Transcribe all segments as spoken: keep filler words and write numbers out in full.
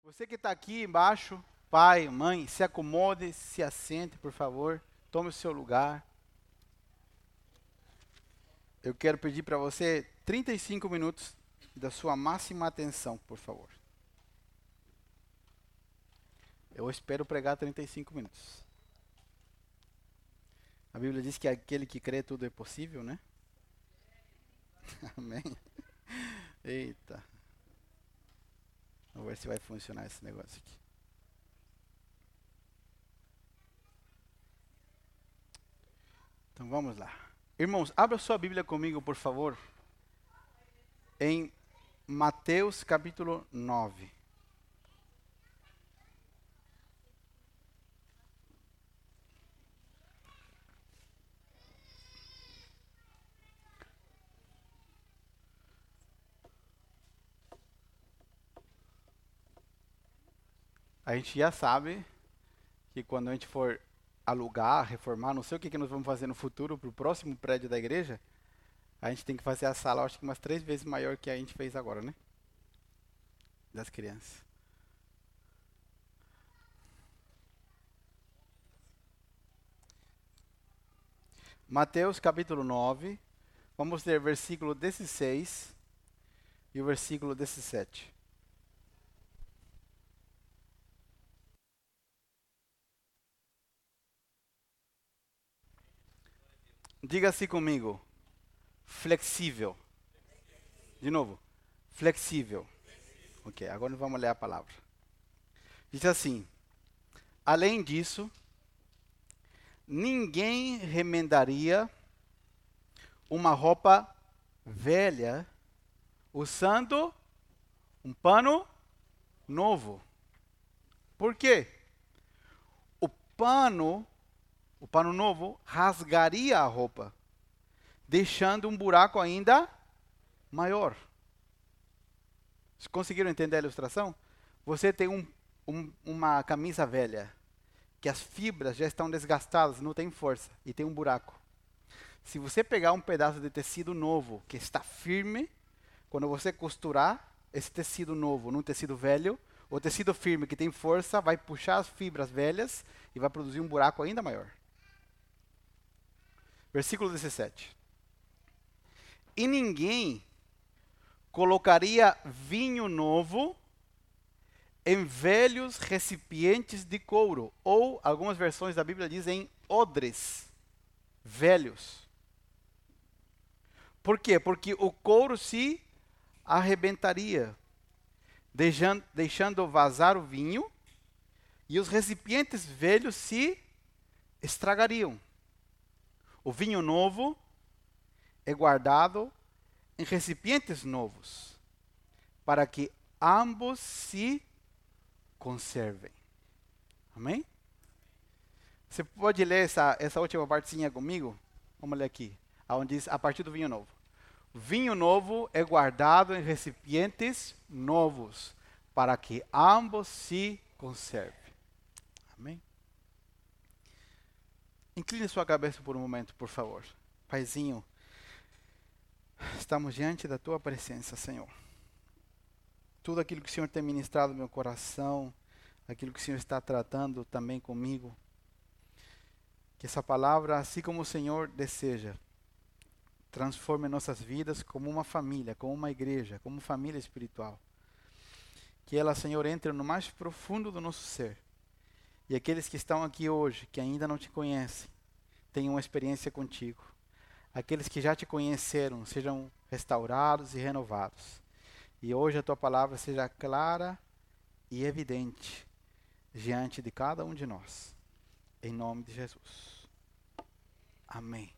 Você que está aqui embaixo, pai, mãe, se acomode, se assente, por favor. Tome o seu lugar. Eu quero pedir para você trinta e cinco minutos da sua máxima atenção, por favor. Eu espero pregar trinta e cinco minutos. A Bíblia diz que aquele que crê tudo é possível, né? Amém. Eita. Vamos ver se vai funcionar esse negócio aqui. Então vamos lá. Irmãos, abra sua Bíblia comigo, por favor, em Mateus capítulo nove. A gente já sabe que quando a gente for alugar, reformar, não sei o que, que nós vamos fazer no futuro para o próximo prédio da igreja, a gente tem que fazer a sala, acho que umas três vezes maior que a gente fez agora, né? Das crianças. Mateus capítulo nove, vamos ler versículo dezesseis e o versículo dezessete. Diga assim comigo, flexível. De novo, flexível. Ok, agora vamos ler a palavra. Diz assim: além disso, ninguém remendaria uma roupa velha usando um pano novo. Por quê? O pano, o pano novo, rasgaria a roupa, deixando um buraco ainda maior. Vocês conseguiram entender a ilustração? Você tem um, um, uma camisa velha, que as fibras já estão desgastadas, não tem força, e tem um buraco. Se você pegar um pedaço de tecido novo, que está firme, quando você costurar esse tecido novo num tecido velho, o tecido firme que tem força vai puxar as fibras velhas e vai produzir um buraco ainda maior. Versículo dezessete. E ninguém colocaria vinho novo em velhos recipientes de couro, ou algumas versões da Bíblia dizem odres velhos. Por quê? Porque o couro se arrebentaria, deixando, deixando vazar o vinho, e os recipientes velhos se estragariam. O vinho novo é guardado em recipientes novos, para que ambos se conservem. Amém? Você pode ler essa, essa última partezinha comigo? Vamos ler aqui, onde diz a partir do vinho novo. Vinho novo é guardado em recipientes novos, para que ambos se conservem. Amém? Incline sua cabeça por um momento, por favor. Paizinho, estamos diante da tua presença, Senhor. Tudo aquilo que o Senhor tem ministrado no meu coração, aquilo que o Senhor está tratando também comigo, que essa palavra, assim como o Senhor deseja, transforme nossas vidas como uma família, como uma igreja, como família espiritual. Que ela, Senhor, entre no mais profundo do nosso ser. E aqueles que estão aqui hoje, que ainda não te conhecem, tenham uma experiência contigo. Aqueles que já te conheceram, sejam restaurados e renovados. E hoje a tua palavra seja clara e evidente diante de cada um de nós. Em nome de Jesus. Amém.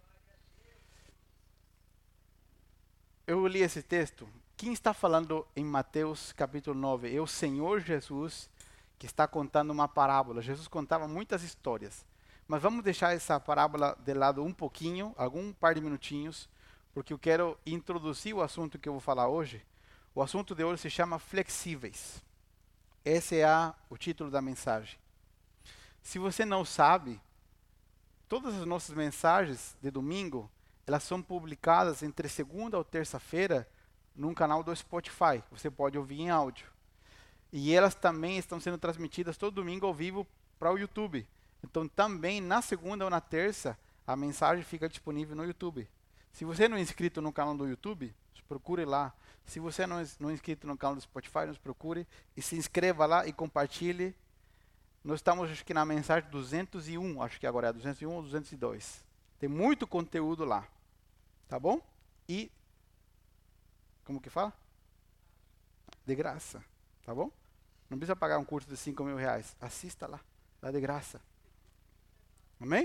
Eu li esse texto. Quem está falando em Mateus capítulo nove é o Senhor Jesus, que está contando uma parábola. Jesus contava muitas histórias. Mas vamos deixar essa parábola de lado um pouquinho, algum par de minutinhos, porque eu quero introduzir o assunto que eu vou falar hoje. O assunto de hoje se chama flexíveis. Esse é a, o título da mensagem. Se você não sabe, todas as nossas mensagens de domingo, elas são publicadas entre segunda ou terça-feira num canal do Spotify. Você pode ouvir em áudio. E elas também estão sendo transmitidas todo domingo ao vivo para o YouTube. Então também na segunda ou na terça a mensagem fica disponível no YouTube. Se você não é inscrito no canal do YouTube, procure lá. Se você não é inscrito no canal do Spotify, nos procure e se inscreva lá e compartilhe. Nós estamos acho que na mensagem duzentos e um, acho que agora é duzentos e um ou duzentos e dois. Tem muito conteúdo lá. Tá bom? E como que fala? De graça. Tá bom? Não precisa pagar um curso de cinco mil reais. Assista lá. Dá de graça. Amém?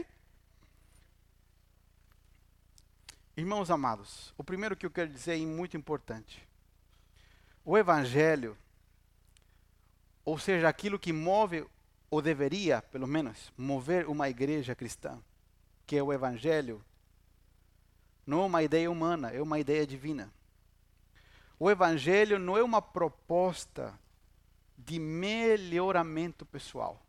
Irmãos amados, o primeiro que eu quero dizer é muito importante. O Evangelho, ou seja, aquilo que move, ou deveria, pelo menos, mover uma igreja cristã, que é o Evangelho, não é uma ideia humana, é uma ideia divina. O Evangelho não é uma proposta de melhoramento pessoal.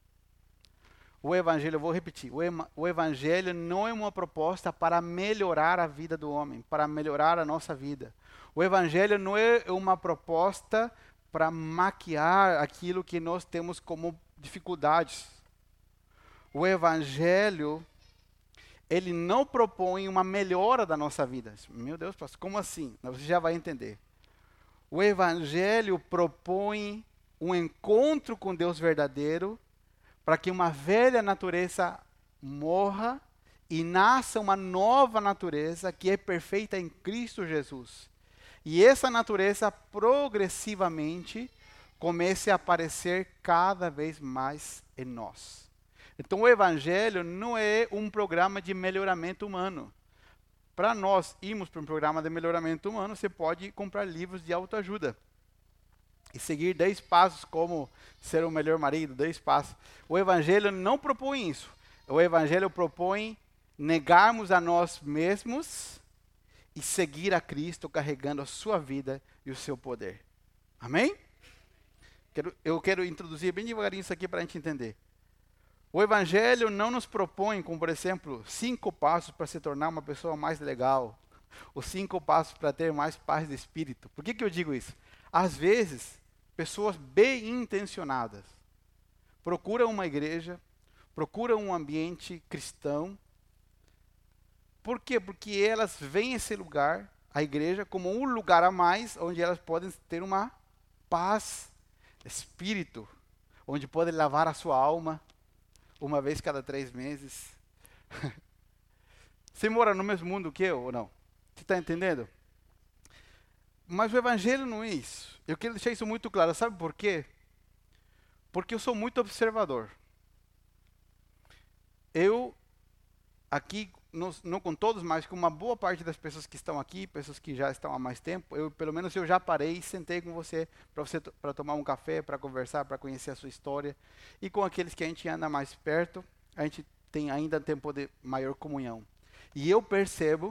O Evangelho, eu vou repetir, o, ema, o Evangelho não é uma proposta para melhorar a vida do homem, para melhorar a nossa vida. O Evangelho não é uma proposta para maquiar aquilo que nós temos como dificuldades. O Evangelho, ele não propõe uma melhora da nossa vida. Meu Deus, pastor, como assim? Você já vai entender. O Evangelho propõe um encontro com Deus verdadeiro, para que uma velha natureza morra e nasça uma nova natureza que é perfeita em Cristo Jesus. E essa natureza progressivamente comece a aparecer cada vez mais em nós. Então o Evangelho não é um programa de melhoramento humano. Para nós irmos para um programa de melhoramento humano, você pode comprar livros de autoajuda. E seguir dez passos como ser o melhor marido, dez passos. O Evangelho não propõe isso. O Evangelho propõe negarmos a nós mesmos e seguir a Cristo carregando a sua vida e o seu poder. Amém? Quero, eu quero introduzir bem devagarinho isso aqui para a gente entender. O Evangelho não nos propõe, como por exemplo, cinco passos para se tornar uma pessoa mais legal. Ou cinco passos para ter mais paz de espírito. Por que, que eu digo isso? Às vezes, pessoas bem intencionadas procuram uma igreja, procuram um ambiente cristão. Por quê? Porque elas veem esse lugar, a igreja, como um lugar a mais, onde elas podem ter uma paz, espírito, onde podem lavar a sua alma, uma vez cada três meses. Você mora no mesmo mundo que eu ou não? Você está entendendo? Mas o Evangelho não é isso. Eu quero deixar isso muito claro. Sabe por quê? Porque eu sou muito observador. Eu, aqui, não, não com todos, mas com uma boa parte das pessoas que estão aqui, pessoas que já estão há mais tempo, eu, pelo menos eu já parei e sentei com você para você para tomar um café, para conversar, para conhecer a sua história. E com aqueles que a gente anda mais perto, a gente tem ainda tempo de maior comunhão. E eu percebo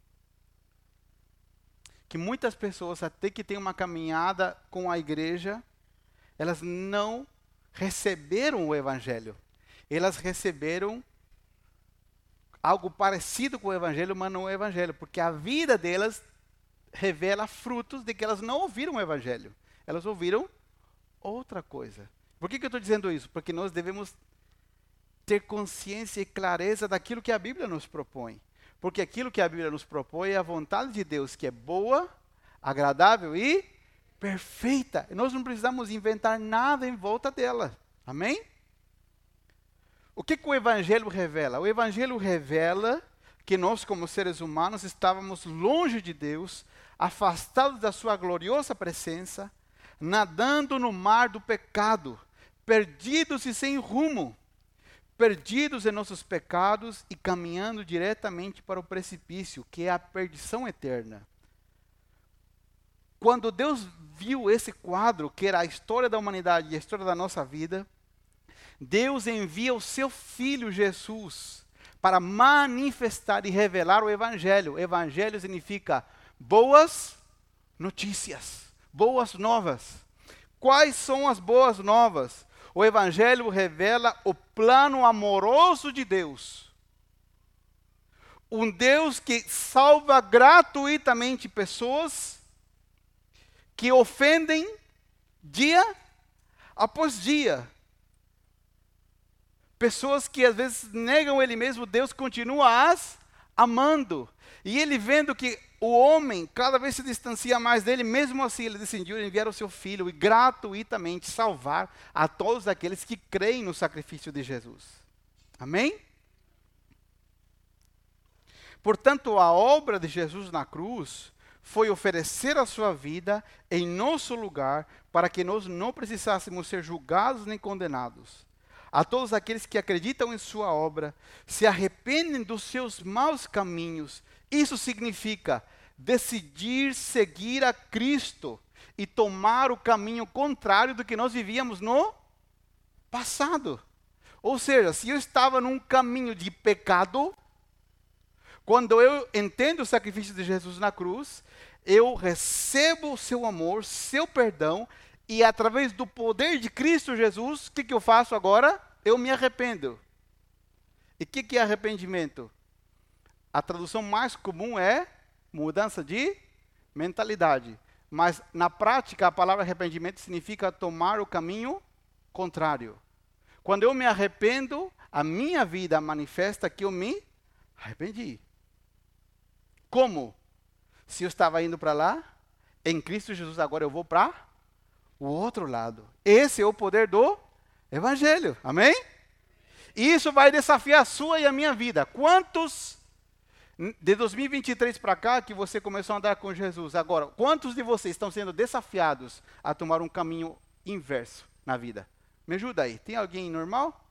que muitas pessoas, até que têm uma caminhada com a igreja, elas não receberam o Evangelho. Elas receberam algo parecido com o Evangelho, mas não o Evangelho, porque a vida delas revela frutos de que elas não ouviram o Evangelho. Elas ouviram outra coisa. Por que, que eu estou dizendo isso? Porque nós devemos ter consciência e clareza daquilo que a Bíblia nos propõe. Porque aquilo que a Bíblia nos propõe é a vontade de Deus, que é boa, agradável e perfeita. E nós não precisamos inventar nada em volta dela. Amém? O que, que o Evangelho revela? O Evangelho revela que nós, como seres humanos, estávamos longe de Deus, afastados da sua gloriosa presença, nadando no mar do pecado, perdidos e sem rumo. Perdidos em nossos pecados e caminhando diretamente para o precipício, que é a perdição eterna. Quando Deus viu esse quadro, que era a história da humanidade e a história da nossa vida, Deus envia o seu Filho Jesus para manifestar e revelar o Evangelho. Evangelho significa boas notícias, boas novas. Quais são as boas novas? O Evangelho revela o plano amoroso de Deus. Um Deus que salva gratuitamente pessoas que ofendem dia após dia. Pessoas que às vezes negam ele mesmo, Deus continua as amando. E ele vendo que o homem cada vez se distancia mais dele, mesmo assim ele decidiu enviar o seu filho e gratuitamente salvar a todos aqueles que creem no sacrifício de Jesus. Amém? Portanto, a obra de Jesus na cruz foi oferecer a sua vida em nosso lugar para que nós não precisássemos ser julgados nem condenados. A todos aqueles que acreditam em sua obra, se arrependem dos seus maus caminhos. Isso significa decidir seguir a Cristo e tomar o caminho contrário do que nós vivíamos no passado. Ou seja, se eu estava num caminho de pecado, quando eu entendo o sacrifício de Jesus na cruz, eu recebo o seu amor, seu perdão, e através do poder de Cristo Jesus, o que, que eu faço agora? Eu me arrependo. E o que, que é arrependimento? A tradução mais comum é mudança de mentalidade. Mas na prática, a palavra arrependimento significa tomar o caminho contrário. Quando eu me arrependo, a minha vida manifesta que eu me arrependi. Como? Se eu estava indo para lá, em Cristo Jesus agora eu vou para o outro lado. Esse é o poder do Evangelho. Amém? E isso vai desafiar a sua e a minha vida. Quantos, de dois mil e vinte e três para cá, que você começou a andar com Jesus, agora, quantos de vocês estão sendo desafiados a tomar um caminho inverso na vida? Me ajuda aí. Tem alguém normal?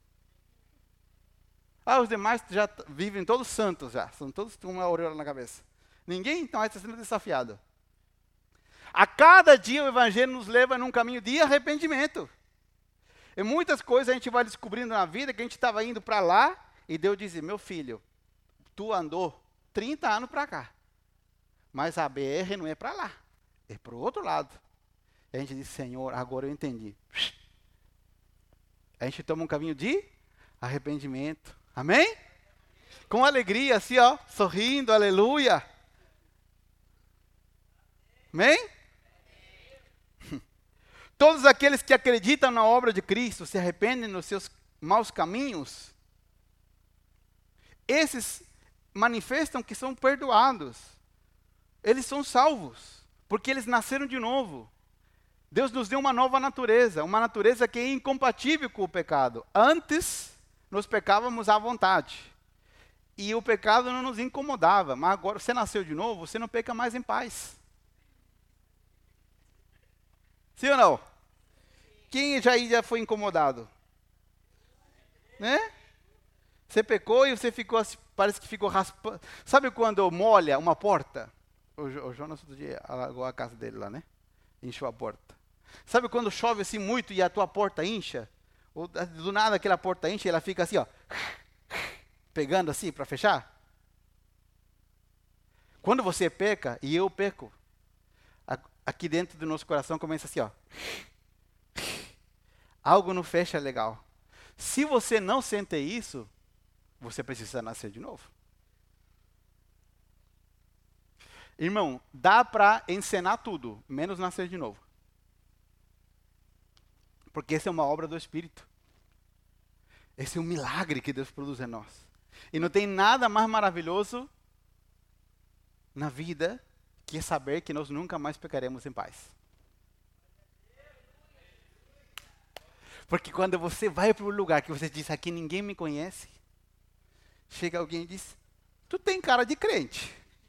Ah, os demais já vivem todos santos já. São todos com uma auréola na cabeça. Ninguém, então, está sendo desafiado. A cada dia o Evangelho nos leva num caminho de arrependimento. E muitas coisas a gente vai descobrindo na vida que a gente estava indo para lá e Deus diz, meu filho, tu andou trinta anos para cá. Mas a B R não é para lá, é para o outro lado. E a gente diz, Senhor, agora eu entendi. A gente toma um caminho de arrependimento. Amém? Com alegria, assim, ó, sorrindo, aleluia. Amém? Todos aqueles que acreditam na obra de Cristo, se arrependem dos seus maus caminhos, esses manifestam que são perdoados. Eles são salvos, porque eles nasceram de novo. Deus nos deu uma nova natureza, uma natureza que é incompatível com o pecado. Antes, nós pecávamos à vontade. E o pecado não nos incomodava. Mas agora, você nasceu de novo, você não peca mais em paz. Sim ou não? Quem já, já foi incomodado? Né? Você pecou e você ficou, parece que ficou raspando. Sabe quando molha uma porta? O, o Jonas outro dia alagou a casa dele lá, né? Encheu a porta. Sabe quando chove assim muito e a tua porta incha? Ou, do nada aquela porta incha e ela fica assim, ó. Pegando assim para fechar? Quando você peca e eu peco, aqui dentro do nosso coração começa assim, ó. Algo não fecha legal. Se você não sente isso, você precisa nascer de novo. Irmão, dá para encenar tudo, menos nascer de novo. Porque essa é uma obra do Espírito. Esse é um milagre que Deus produz em nós. E não tem nada mais maravilhoso na vida que é saber que nós nunca mais pecaremos em paz. Porque quando você vai para um lugar que você diz, aqui ninguém me conhece, chega alguém e diz, tu tem cara de crente.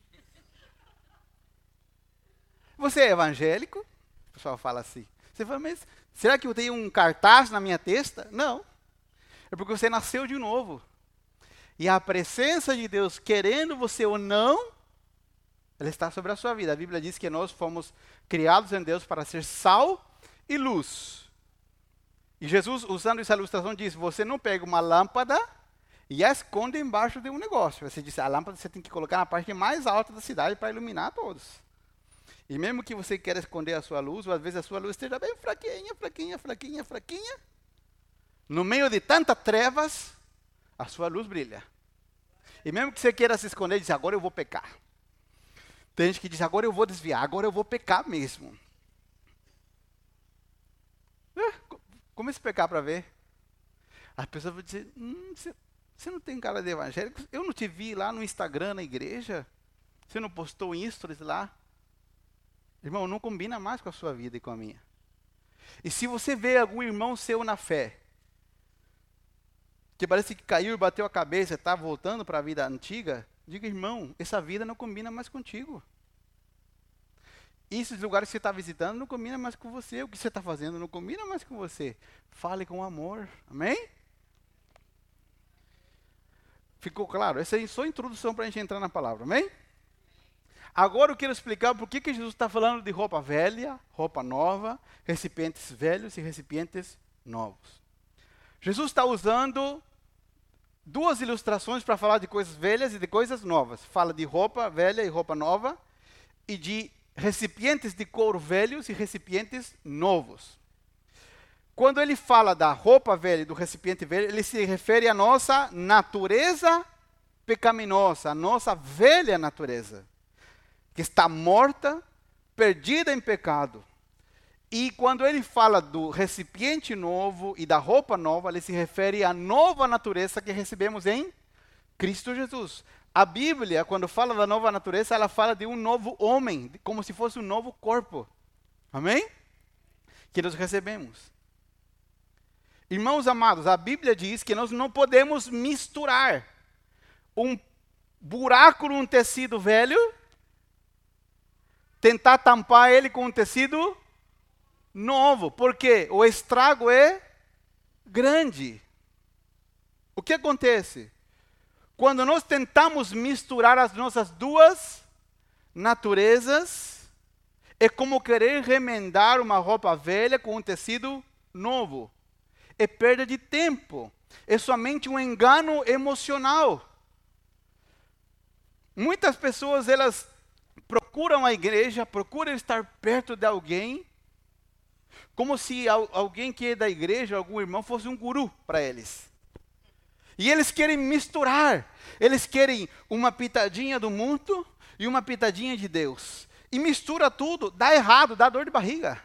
Você é evangélico? O pessoal fala assim. Você fala, mas será que eu tenho um cartaz na minha testa? Não. É porque você nasceu de novo. E a presença de Deus, querendo você ou não, ela está sobre a sua vida. A Bíblia diz que nós fomos criados em Deus para ser sal e luz. E Jesus, usando essa ilustração, diz, você não pega uma lâmpada e a esconde embaixo de um negócio. Você diz, a lâmpada você tem que colocar na parte mais alta da cidade para iluminar todos. E mesmo que você queira esconder a sua luz, ou às vezes a sua luz esteja bem fraquinha, fraquinha, fraquinha, fraquinha, no meio de tantas trevas, a sua luz brilha. E mesmo que você queira se esconder, diz, agora eu vou pecar. Tem gente que diz, agora eu vou desviar, agora eu vou pecar mesmo. Comece a pecar para ver. As pessoas vão dizer, hum, você, você não tem cara de evangélico? Eu não te vi lá no Instagram, na igreja? Você não postou stories lá? Irmão, não combina mais com a sua vida e com a minha. E se você vê algum irmão seu na fé, que parece que caiu e bateu a cabeça, está voltando para a vida antiga, diga, irmão, essa vida não combina mais contigo. Esses lugares que você está visitando não combina mais com você. O que você está fazendo não combina mais com você. Fale com amor. Amém? Ficou claro? Essa é só a introdução para a gente entrar na palavra. Amém? Agora eu quero explicar por que, que Jesus está falando de roupa velha, roupa nova, recipientes velhos e recipientes novos. Jesus está usando duas ilustrações para falar de coisas velhas e de coisas novas. Fala de roupa velha e roupa nova e de recipientes de couro velhos e recipientes novos. Quando ele fala da roupa velha e do recipiente velho, ele se refere à nossa natureza pecaminosa, à nossa velha natureza, que está morta, perdida em pecado. E quando ele fala do recipiente novo e da roupa nova, ele se refere à nova natureza que recebemos em Cristo Jesus. A Bíblia, quando fala da nova natureza, ela fala de um novo homem, como se fosse um novo corpo. Amém? Que nós recebemos. Irmãos amados, a Bíblia diz que nós não podemos misturar um buraco num tecido velho, tentar tampar ele com um tecido novo, porque o estrago é grande. O que acontece? Quando nós tentamos misturar as nossas duas naturezas, é como querer remendar uma roupa velha com um tecido novo. É perda de tempo. É somente um engano emocional. Muitas pessoas, elas procuram a igreja, procuram estar perto de alguém, como se alguém que é da igreja, algum irmão, fosse um guru para eles. E eles querem misturar. Eles querem uma pitadinha do mundo e uma pitadinha de Deus. E mistura tudo, dá errado, dá dor de barriga.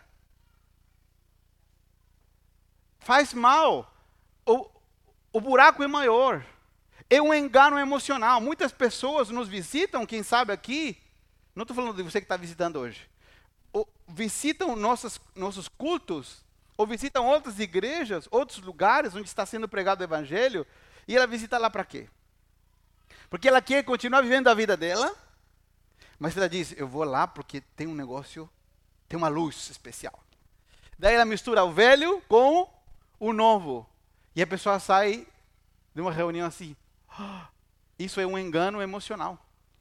Faz mal. O, o buraco é maior. É um engano emocional. Muitas pessoas nos visitam, quem sabe aqui, não estou falando de você que está visitando hoje, ou visitam nossos, nossos cultos, ou visitam outras igrejas, outros lugares onde está sendo pregado o evangelho, e ela visita lá para quê? Porque ela quer continuar vivendo a vida dela, mas ela diz, eu vou lá porque tem um negócio, tem uma luz especial. Daí ela mistura o velho com o novo. E a pessoa sai de uma reunião assim, oh, isso é um engano emocional.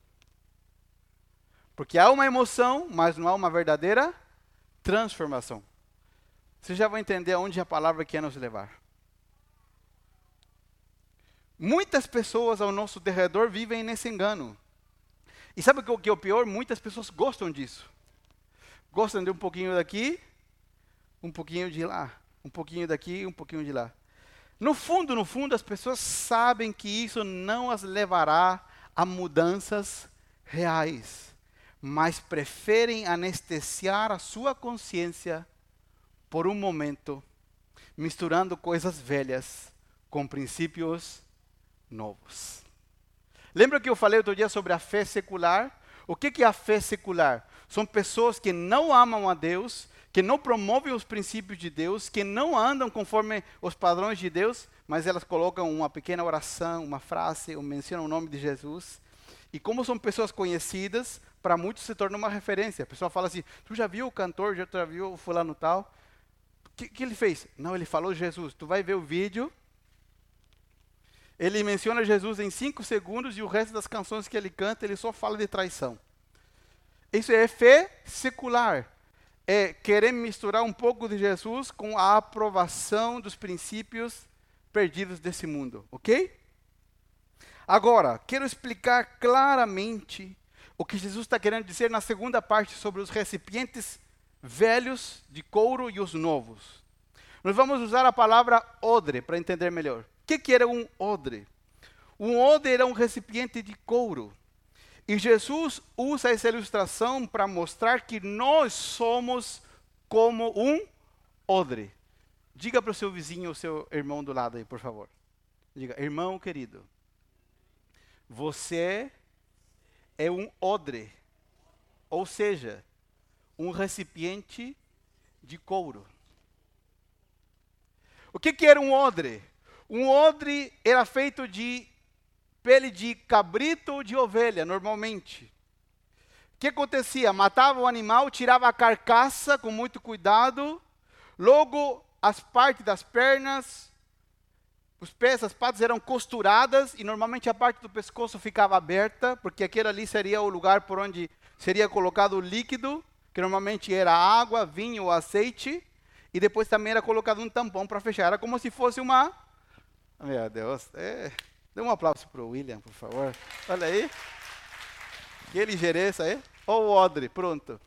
Porque há uma emoção, mas não há uma verdadeira transformação. Você já vai entender aonde a palavra quer nos levar. Muitas pessoas ao nosso derredor vivem nesse engano. E sabe o que é o pior? Muitas pessoas gostam disso. Gostam de um pouquinho daqui, um pouquinho de lá. Um pouquinho daqui, um pouquinho de lá. No fundo, no fundo, as pessoas sabem que isso não as levará a mudanças reais, mas preferem anestesiar a sua consciência por um momento, misturando coisas velhas com princípios novos. Lembra que eu falei outro dia sobre a fé secular? O que que é a fé secular? São pessoas que não amam a Deus, que não promovem os princípios de Deus, que não andam conforme os padrões de Deus, mas elas colocam uma pequena oração, uma frase, ou mencionam o nome de Jesus. E como são pessoas conhecidas, para muitos se torna uma referência. A pessoa fala assim, tu já viu o cantor, já viu o fulano tal? O que, que ele fez? Não, ele falou Jesus. Tu vai ver o vídeo, ele menciona Jesus em cinco segundos e o resto das canções que ele canta, ele só fala de traição. Isso é fé secular. É querer misturar um pouco de Jesus com a aprovação dos princípios perdidos desse mundo, ok? Agora, quero explicar claramente o que Jesus está querendo dizer na segunda parte sobre os recipientes velhos de couro e os novos. Nós vamos usar a palavra odre para entender melhor. O que, que era um odre? Um odre era um recipiente de couro. E Jesus usa essa ilustração para mostrar que nós somos como um odre. Diga para o seu vizinho ou seu irmão do lado aí, por favor. Diga, irmão querido, você é um odre, ou seja, um recipiente de couro. O que, que era um odre? Um odre era feito de pele de cabrito ou de ovelha, normalmente. O que acontecia? Matava o animal, tirava a carcaça com muito cuidado, logo as partes das pernas, os pés, as patas eram costuradas e normalmente a parte do pescoço ficava aberta, porque aquele ali seria o lugar por onde seria colocado o líquido, que normalmente era água, vinho ou azeite, e depois também era colocado um tampão para fechar. Era como se fosse uma... Meu Deus, é... dê um aplauso para o William, por favor. Olha aí. Que ligeireza aí. Ou o odre, pronto.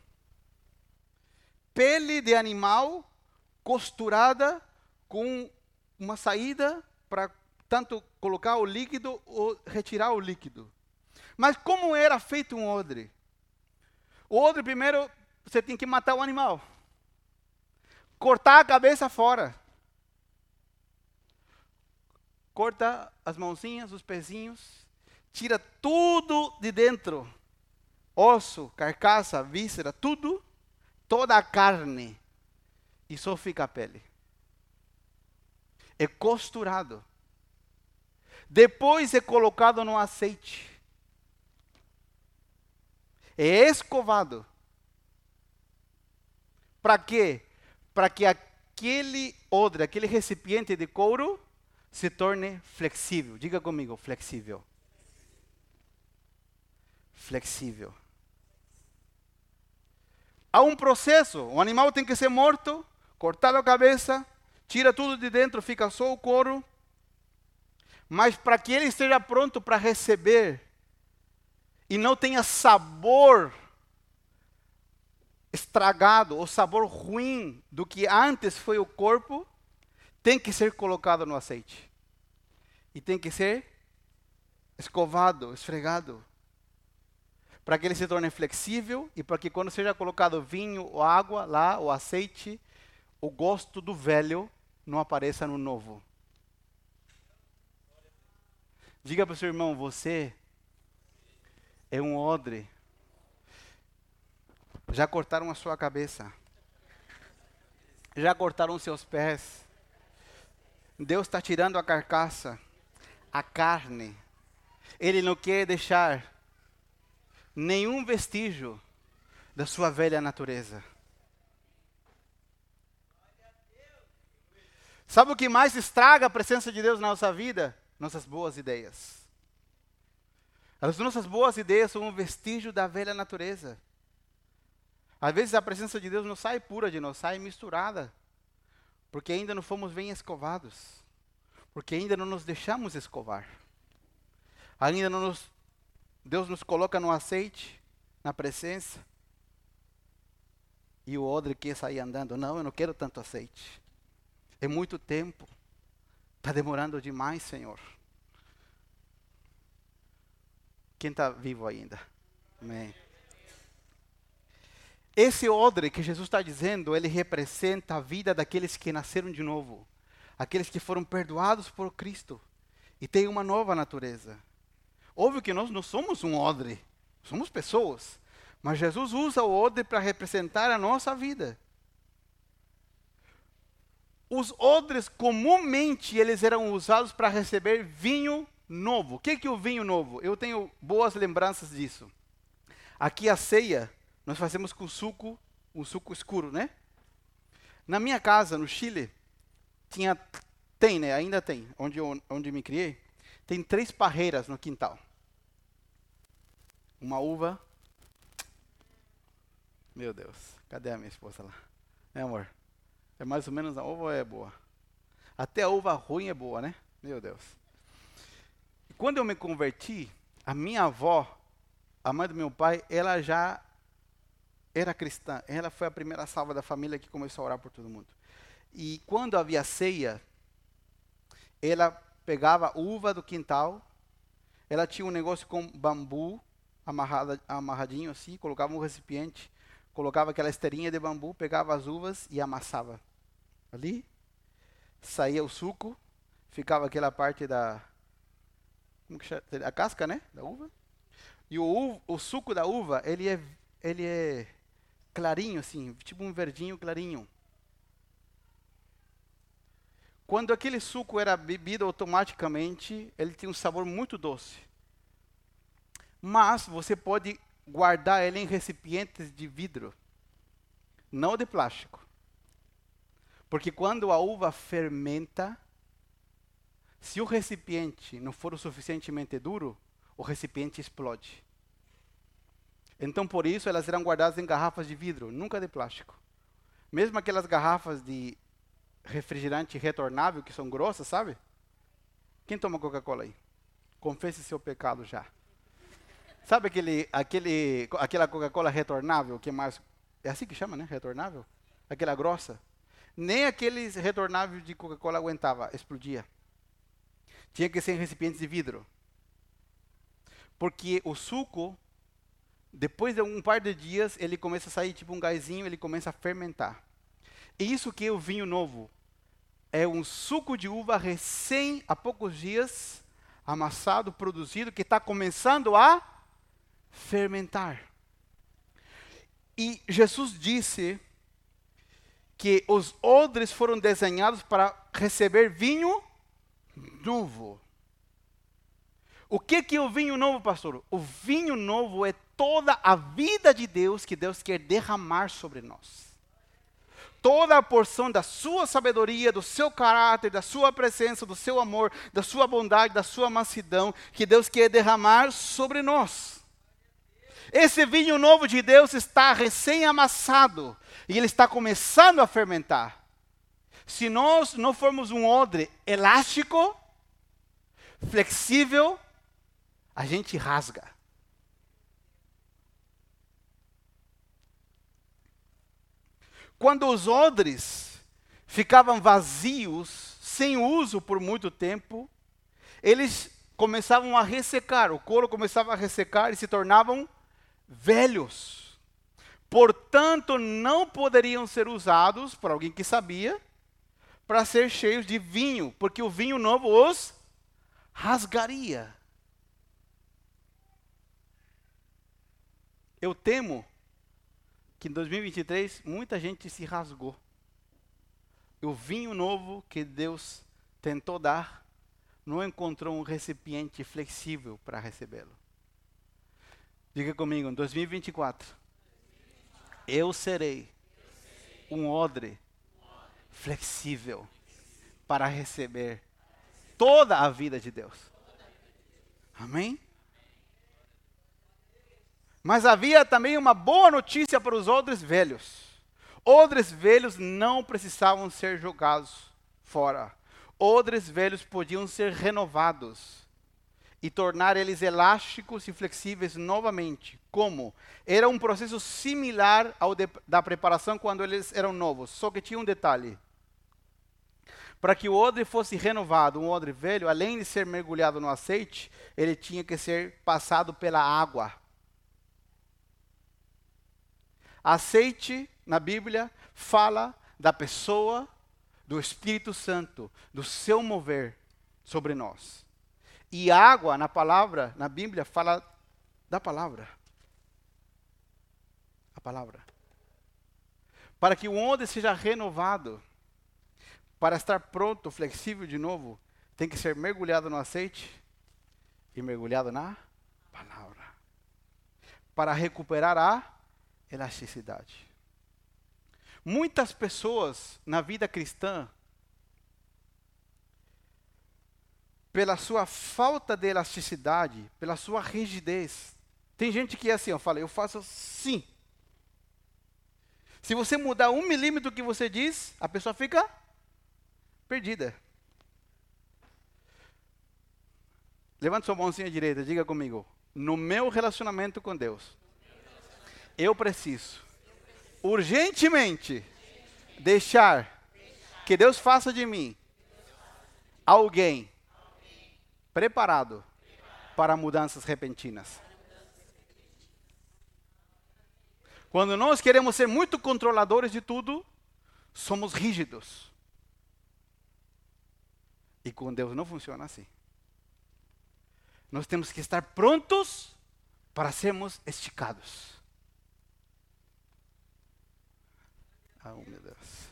Pele de animal costurada com uma saída para tanto colocar o líquido ou retirar o líquido. Mas como era feito um odre? O odre, primeiro, você tem que matar o animal. Cortar a cabeça fora. Corta as mãozinhas, os pezinhos. Tira tudo de dentro. Osso, carcaça, víscera, tudo. Toda a carne. E só fica a pele. É costurado. Depois é colocado no azeite. É escovado. Para quê? Para que aquele odre, aquele recipiente de couro, se torne flexível. Diga comigo, flexível. Flexível. Há um processo. O animal tem que ser morto, cortado a cabeça, tira tudo de dentro, fica só o couro. Mas para que ele esteja pronto para receber e não tenha sabor estragado ou sabor ruim do que antes foi o corpo, tem que ser colocado no azeite. E tem que ser escovado, esfregado. Para que ele se torne flexível e para que quando seja colocado vinho ou água lá, ou azeite, o gosto do velho não apareça no novo. Diga para o seu irmão, você é um odre. Já cortaram a sua cabeça. Já cortaram os seus pés. Deus está tirando a carcaça, a carne. Ele não quer deixar nenhum vestígio da sua velha natureza. Sabe o que mais estraga a presença de Deus na nossa vida? Nossas boas ideias. As nossas boas ideias são um vestígio da velha natureza. Às vezes a presença de Deus não sai pura de nós, sai misturada. Porque ainda não fomos bem escovados. Porque ainda não nos deixamos escovar. Ainda não nos... Deus nos coloca no azeite, na presença. E o odre quer sair andando. Não, eu não quero tanto azeite. É muito tempo. Está demorando demais, Senhor. Quem está vivo ainda? Amém. Esse odre que Jesus está dizendo, ele representa a vida daqueles que nasceram de novo. Aqueles que foram perdoados por Cristo. E têm uma nova natureza. Óbvio que nós não somos um odre. Somos pessoas. Mas Jesus usa o odre para representar a nossa vida. Os odres, comumente, eles eram usados para receber vinho novo. O que é o vinho novo? Eu tenho boas lembranças disso. Aqui a ceia, nós fazemos com suco, um suco escuro, né? Na minha casa, no Chile, tinha, tem, né? Ainda tem, onde eu onde me criei, tem três parreiras no quintal. Uma uva. Meu Deus, cadê a minha esposa lá? É, amor? É mais ou menos, a uva é boa. Até a uva ruim é boa, né? Meu Deus. E quando eu me converti, a minha avó, a mãe do meu pai, ela já era cristã. Ela foi a primeira salva da família que começou a orar por todo mundo. E quando havia ceia, ela pegava uva do quintal, ela tinha um negócio com bambu amarrado, amarradinho assim, colocava um recipiente, colocava aquela esteirinha de bambu, pegava as uvas e amassava ali. saía o suco, ficava aquela parte da, como que chama? A casca, né, da uva. E o, uva, o suco da uva, ele é, ele é clarinho assim, tipo um verdinho clarinho. Quando aquele suco era bebido automaticamente, ele tinha um sabor muito doce. Mas você pode guardar ele em recipientes de vidro, não de plástico. Porque quando a uva fermenta, se o recipiente não for o suficientemente duro, o recipiente explode. Então, por isso, elas eram guardadas em garrafas de vidro, nunca de plástico. Mesmo aquelas garrafas de refrigerante retornável, que são grossas, sabe? Quem toma Coca-Cola aí? Confesse seu pecado já. Sabe aquele, aquele, aquela Coca-Cola retornável, que é mais... É assim que chama, né? Retornável? Aquela grossa. Nem aqueles retornáveis de Coca-Cola aguentava, explodia. Tinha que ser em recipientes de vidro. Porque o suco, depois de um par de dias, ele começa a sair tipo um gásinho, ele começa a fermentar. E isso que é o vinho novo. É um suco de uva recém, há poucos dias, amassado, produzido, que está começando a fermentar. E Jesus disse que os odres foram desenhados para receber vinho novo. O que que é o vinho novo, pastor? O vinho novo é toda a vida de Deus que Deus quer derramar sobre nós. Toda a porção da sua sabedoria, do seu caráter, da sua presença, do seu amor, da sua bondade, da sua mansidão, que Deus quer derramar sobre nós. Esse vinho novo de Deus está recém-amassado e ele está começando a fermentar. Se nós não formos um odre elástico, flexível, a gente rasga. Quando os odres ficavam vazios, sem uso por muito tempo, eles começavam a ressecar, o couro começava a ressecar e se tornavam velhos. Portanto, não poderiam ser usados, por alguém que sabia, para ser cheios de vinho, porque o vinho novo os rasgaria. Eu temo que em dois mil e vinte e três muita gente se rasgou. O vinho novo que Deus tentou dar não encontrou um recipiente flexível para recebê-lo. Diga comigo, em dois mil e vinte e quatro, eu serei um odre flexível para receber toda a vida de Deus. Amém? Mas havia também uma boa notícia para os odres velhos. Odres velhos não precisavam ser jogados fora. Odres velhos podiam ser renovados e tornar eles elásticos e flexíveis novamente. Como? Era um processo similar ao de, da preparação quando eles eram novos, só que tinha um detalhe. Para que o odre fosse renovado, um odre velho, além de ser mergulhado no azeite, ele tinha que ser passado pela água. Azeite, na Bíblia, fala da pessoa, do Espírito Santo, do seu mover sobre nós. E água, na palavra, na Bíblia, fala da palavra. A palavra. Para que o odre seja renovado, para estar pronto, flexível de novo, tem que ser mergulhado no azeite e mergulhado na palavra. Para recuperar a elasticidade. Muitas pessoas na vida cristã, pela sua falta de elasticidade, pela sua rigidez, tem gente que é assim, eu falo, eu faço sim. Se você mudar um milímetro que você diz, a pessoa fica perdida. Levante sua mãozinha direita, diga comigo. No meu relacionamento com Deus, eu preciso urgentemente deixar que Deus faça de mim alguém preparado para mudanças repentinas. Quando nós queremos ser muito controladores de tudo, somos rígidos. E com Deus não funciona assim. Nós temos que estar prontos para sermos esticados. Oh, meu Deus.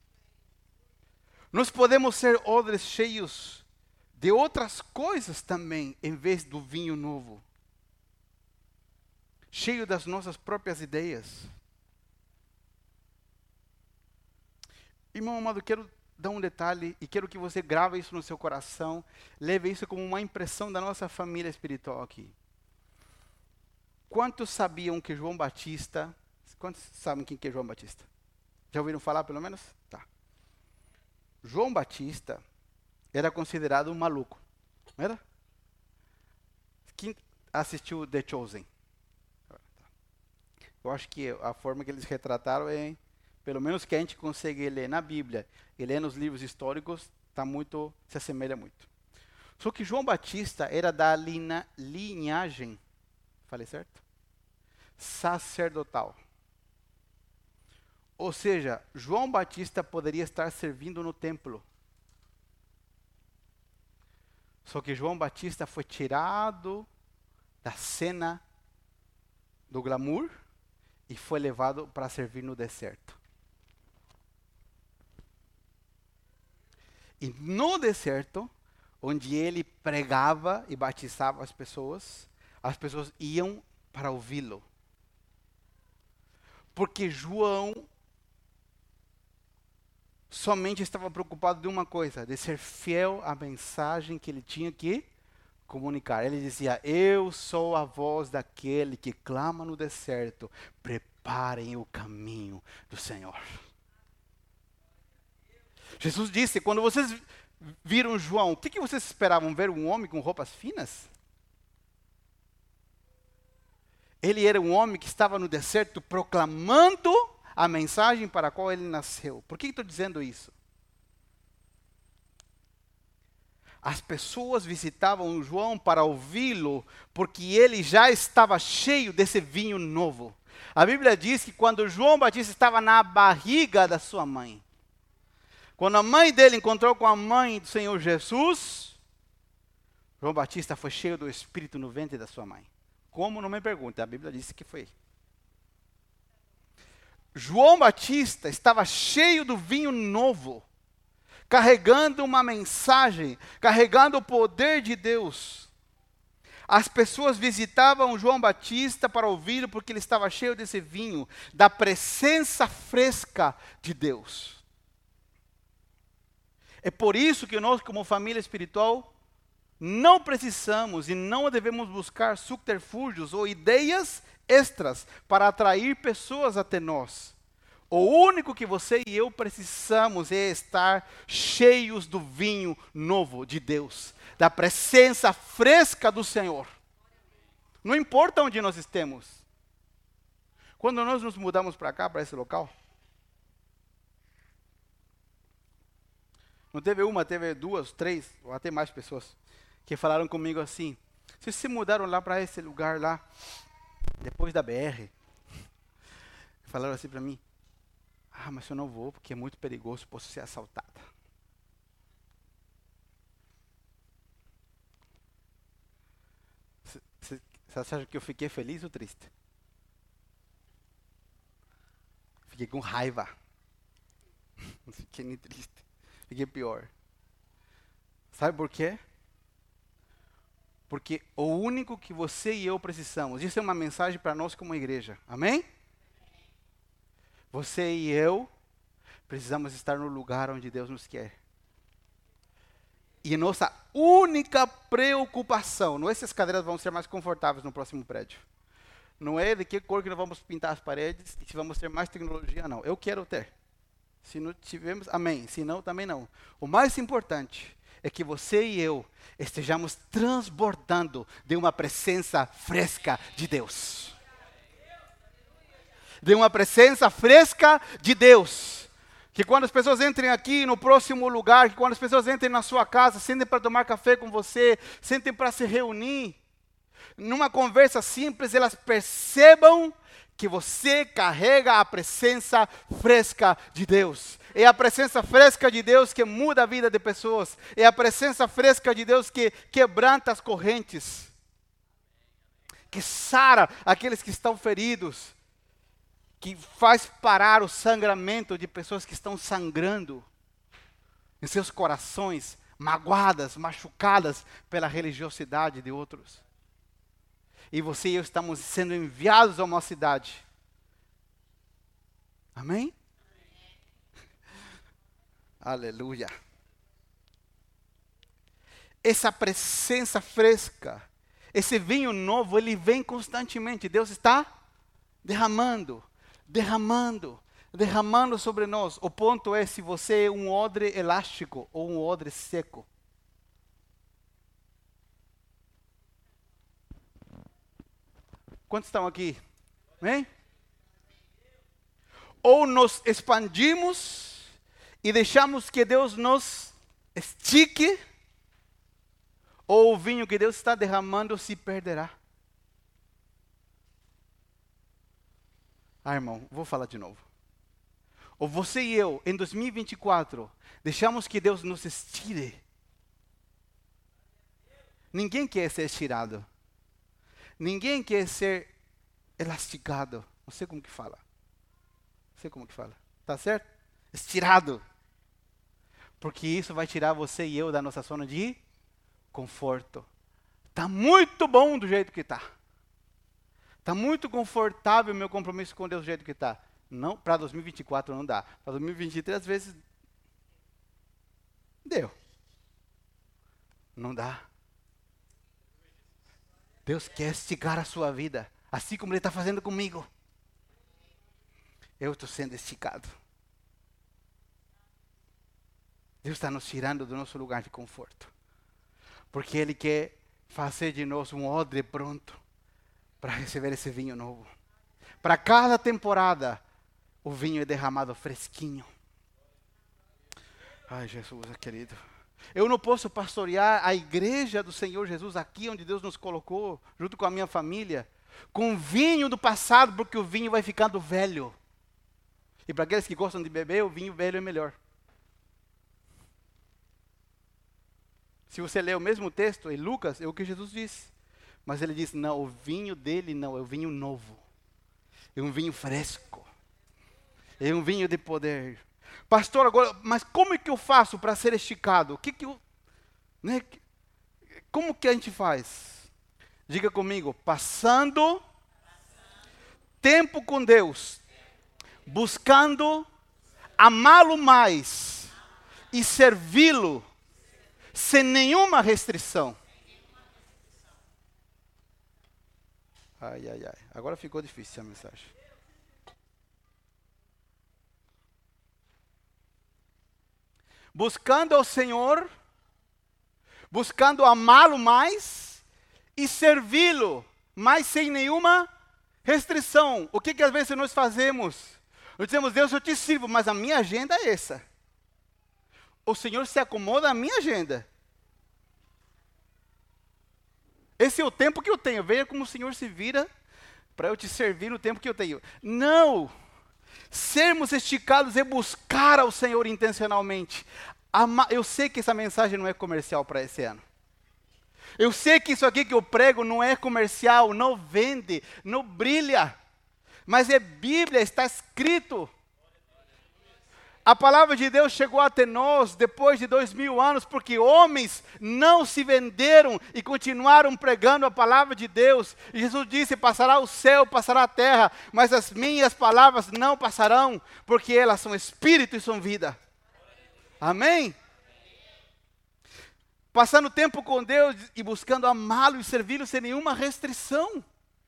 Nós podemos ser odres cheios de outras coisas também, em vez do vinho novo. Cheio das nossas próprias ideias. Irmão amado, quero dar um detalhe e quero que você grave isso no seu coração, leve isso como uma impressão da nossa família espiritual aqui. Quantos sabiam que João Batista, quantos sabem quem que é João Batista? Já ouviram falar pelo menos? Tá. João Batista era considerado um maluco, não era? Quem assistiu The Chosen? Eu acho que a forma que eles retrataram é, pelo menos que a gente consegue ler na Bíblia e ler nos livros históricos, tá muito, se assemelha muito. Só que João Batista era da lina, linhagem, falei certo? Sacerdotal. Ou seja, João Batista poderia estar servindo no templo. Só que João Batista foi tirado da cena do glamour e foi levado para servir no deserto. E no deserto, onde ele pregava e batizava as pessoas, as pessoas iam para ouvi-lo. Porque João somente estava preocupado de uma coisa, de ser fiel à mensagem que ele tinha que comunicar. Ele dizia, eu sou a voz daquele que clama no deserto, preparem o caminho do Senhor. Jesus disse, quando vocês viram João, o que, que vocês esperavam? Ver um homem com roupas finas? Ele era um homem que estava no deserto proclamando a mensagem para a qual ele nasceu. Por que estou dizendo isso? As pessoas visitavam João para ouvi-lo, porque ele já estava cheio desse vinho novo. A Bíblia diz que quando João Batista estava na barriga da sua mãe, quando a mãe dele encontrou com a mãe do Senhor Jesus, João Batista foi cheio do Espírito no ventre da sua mãe. Como? Não me pergunte, a Bíblia disse que foi. João Batista estava cheio do vinho novo, carregando uma mensagem, carregando o poder de Deus. As pessoas visitavam João Batista para ouvi-lo porque ele estava cheio desse vinho, da presença fresca de Deus. É por isso que nós, como família espiritual, não precisamos e não devemos buscar subterfúgios ou ideias extras para atrair pessoas até nós. O único que você e eu precisamos é estar cheios do vinho novo de Deus, da presença fresca do Senhor. Não importa onde nós estemos. Quando nós nos mudamos para cá, para esse local, não teve uma, teve duas, três, ou até mais pessoas, que falaram comigo assim, vocês se mudaram lá para esse lugar lá, depois da B R, falaram assim para mim, ah, mas eu não vou porque é muito perigoso, posso ser assaltada. Você acha que eu fiquei feliz ou triste? Fiquei com raiva. Não fiquei nem triste. Fiquei pior. Sabe por quê? Porque o único que você e eu precisamos, isso é uma mensagem para nós como igreja, amém? Você e eu precisamos estar no lugar onde Deus nos quer. E nossa única preocupação, não é se as cadeiras vão ser mais confortáveis no próximo prédio. Não é de que cor que nós vamos pintar as paredes e se vamos ter mais tecnologia, não. Eu quero ter. Se não tivermos, amém. Se não, também não. O mais importante é que você e eu estejamos transbordando de uma presença fresca de Deus. De uma presença fresca de Deus. Que quando as pessoas entrem aqui no próximo lugar, que quando as pessoas entrem na sua casa, sentem para tomar café com você, sentem para se reunir, numa conversa simples, elas percebam que você carrega a presença fresca de Deus. É a presença fresca de Deus que muda a vida de pessoas. É a presença fresca de Deus que quebranta as correntes. Que sara aqueles que estão feridos. Que faz parar o sangramento de pessoas que estão sangrando em seus corações, magoadas, machucadas pela religiosidade de outros. E você e eu estamos sendo enviados a uma cidade. Amém? Aleluia. Essa presença fresca, esse vinho novo, ele vem constantemente. Deus está derramando, derramando, derramando sobre nós. O ponto é se você é um odre elástico ou um odre seco. Quantos estão aqui? Amém? Ou nos expandimos e deixamos que Deus nos estique, ou o vinho que Deus está derramando se perderá. Ah, irmão, vou falar de novo. Ou você e eu, em dois mil e vinte e quatro, deixamos que Deus nos estire. Ninguém quer ser estirado. Ninguém quer ser elasticado. Não sei como que fala. Não sei como que fala. Tá certo? Estirado. Porque isso vai tirar você e eu da nossa zona de conforto. Tá muito bom do jeito que tá. Tá muito confortável o meu compromisso com Deus do jeito que tá. Não, para dois mil e vinte e quatro não dá. Para dois mil e vinte e três às vezes deu. Não dá. Deus quer esticar a sua vida, assim como Ele está fazendo comigo. Eu estou sendo esticado. Deus está nos tirando do nosso lugar de conforto. Porque Ele quer fazer de nós um odre pronto para receber esse vinho novo. Para cada temporada, o vinho é derramado fresquinho. Ai, Jesus, querido. Eu não posso pastorear a igreja do Senhor Jesus aqui onde Deus nos colocou, junto com a minha família, com vinho do passado, porque o vinho vai ficando velho. E para aqueles que gostam de beber, o vinho velho é melhor. Se você ler o mesmo texto em Lucas, é o que Jesus disse. Mas ele diz, não, o vinho dele não, é o vinho novo. É um vinho fresco. É um vinho de poder. Pastor, agora, mas como é que eu faço para ser esticado? O que que eu, né, como que a gente faz? Diga comigo, passando tempo com Deus, buscando amá-lo mais e servi-lo sem nenhuma restrição. Ai, ai, ai. Agora ficou difícil a mensagem. Buscando ao Senhor, buscando amá-lo mais e servi-lo, mas sem nenhuma restrição. O que que às vezes nós fazemos? Nós dizemos, Deus, eu te sirvo, mas a minha agenda é essa. O Senhor se acomoda à minha agenda. Esse é o tempo que eu tenho. Veja como o Senhor se vira para eu te servir no tempo que eu tenho. Não! Sermos esticados é buscar ao Senhor intencionalmente. Ama- eu sei que essa mensagem não é comercial para esse ano. Eu sei que isso aqui que eu prego não é comercial, não vende, não brilha. Mas é Bíblia, está escrito. A palavra de Deus chegou até nós depois de dois mil anos, porque homens não se venderam e continuaram pregando a palavra de Deus. E Jesus disse, passará o céu, passará a terra, mas as minhas palavras não passarão, porque elas são espírito e são vida. Amém? Passando tempo com Deus e buscando amá-lo e servi-lo sem nenhuma restrição.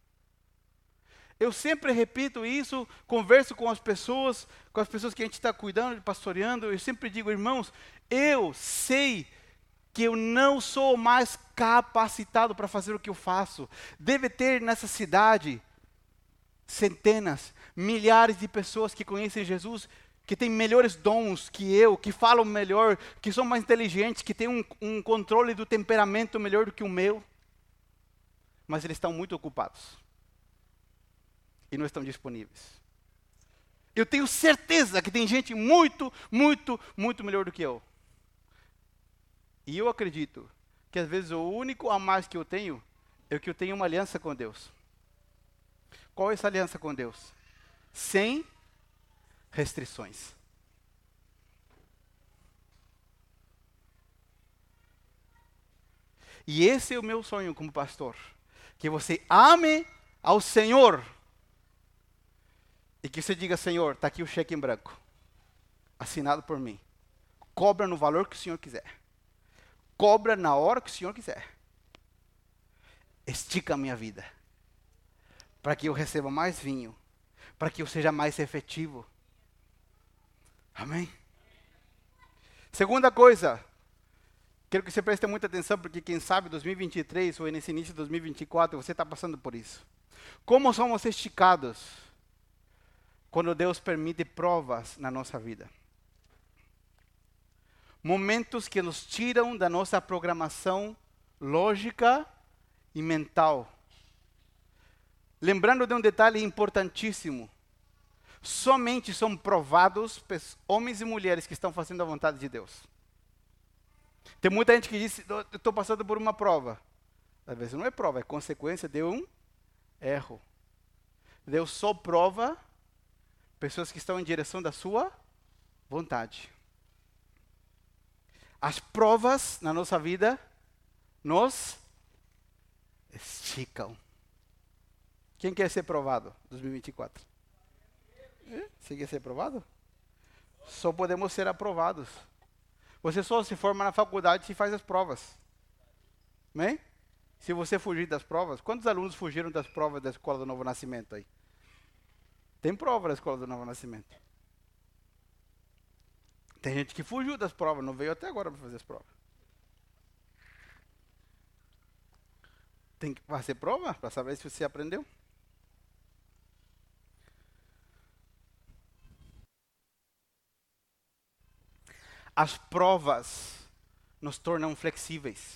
Eu sempre repito isso, converso com as pessoas, com as pessoas que a gente está cuidando, pastoreando, eu sempre digo, irmãos, eu sei que eu não sou mais capacitado para fazer o que eu faço. Deve ter nessa cidade centenas, milhares de pessoas que conhecem Jesus, que têm melhores dons que eu, que falam melhor, que são mais inteligentes, que têm um, um controle do temperamento melhor do que o meu. Mas eles estão muito ocupados. E não estão disponíveis. Eu tenho certeza que tem gente muito, muito, muito melhor do que eu. E eu acredito que às vezes o único a mais que eu tenho é que eu tenho uma aliança com Deus. Qual é essa aliança com Deus? Sem restrições. E esse é o meu sonho como pastor. Que você ame ao Senhor. E que você diga, Senhor, está aqui o cheque em branco. Assinado por mim. Cobra no valor que o Senhor quiser. Cobra na hora que o Senhor quiser. Estica a minha vida. Para que eu receba mais vinho. Para que eu seja mais efetivo. Amém? Segunda coisa. Quero que você preste muita atenção, porque quem sabe dois mil e vinte e três ou nesse início de dois mil e vinte e quatro, você está passando por isso. Como somos esticados quando Deus permite provas na nossa vida. Momentos que nos tiram da nossa programação lógica e mental. Lembrando de um detalhe importantíssimo. Somente são provados homens e mulheres que estão fazendo a vontade de Deus. Tem muita gente que diz, eu estou passando por uma prova. Às vezes não é prova, é consequência de um erro. Deus só prova pessoas que estão em direção da sua vontade. As provas na nossa vida nos esticam. Quem quer ser provado? dois mil e vinte e quatro. É? Você quer ser provado? Só podemos ser aprovados. Você só se forma na faculdade se faz as provas. Amém? Se você fugir das provas, quantos alunos fugiram das provas da Escola do Novo Nascimento aí? Tem prova da Escola do Novo Nascimento. Tem gente que fugiu das provas, não veio até agora para fazer as provas. Tem que fazer prova para saber se você aprendeu. As provas nos tornam flexíveis.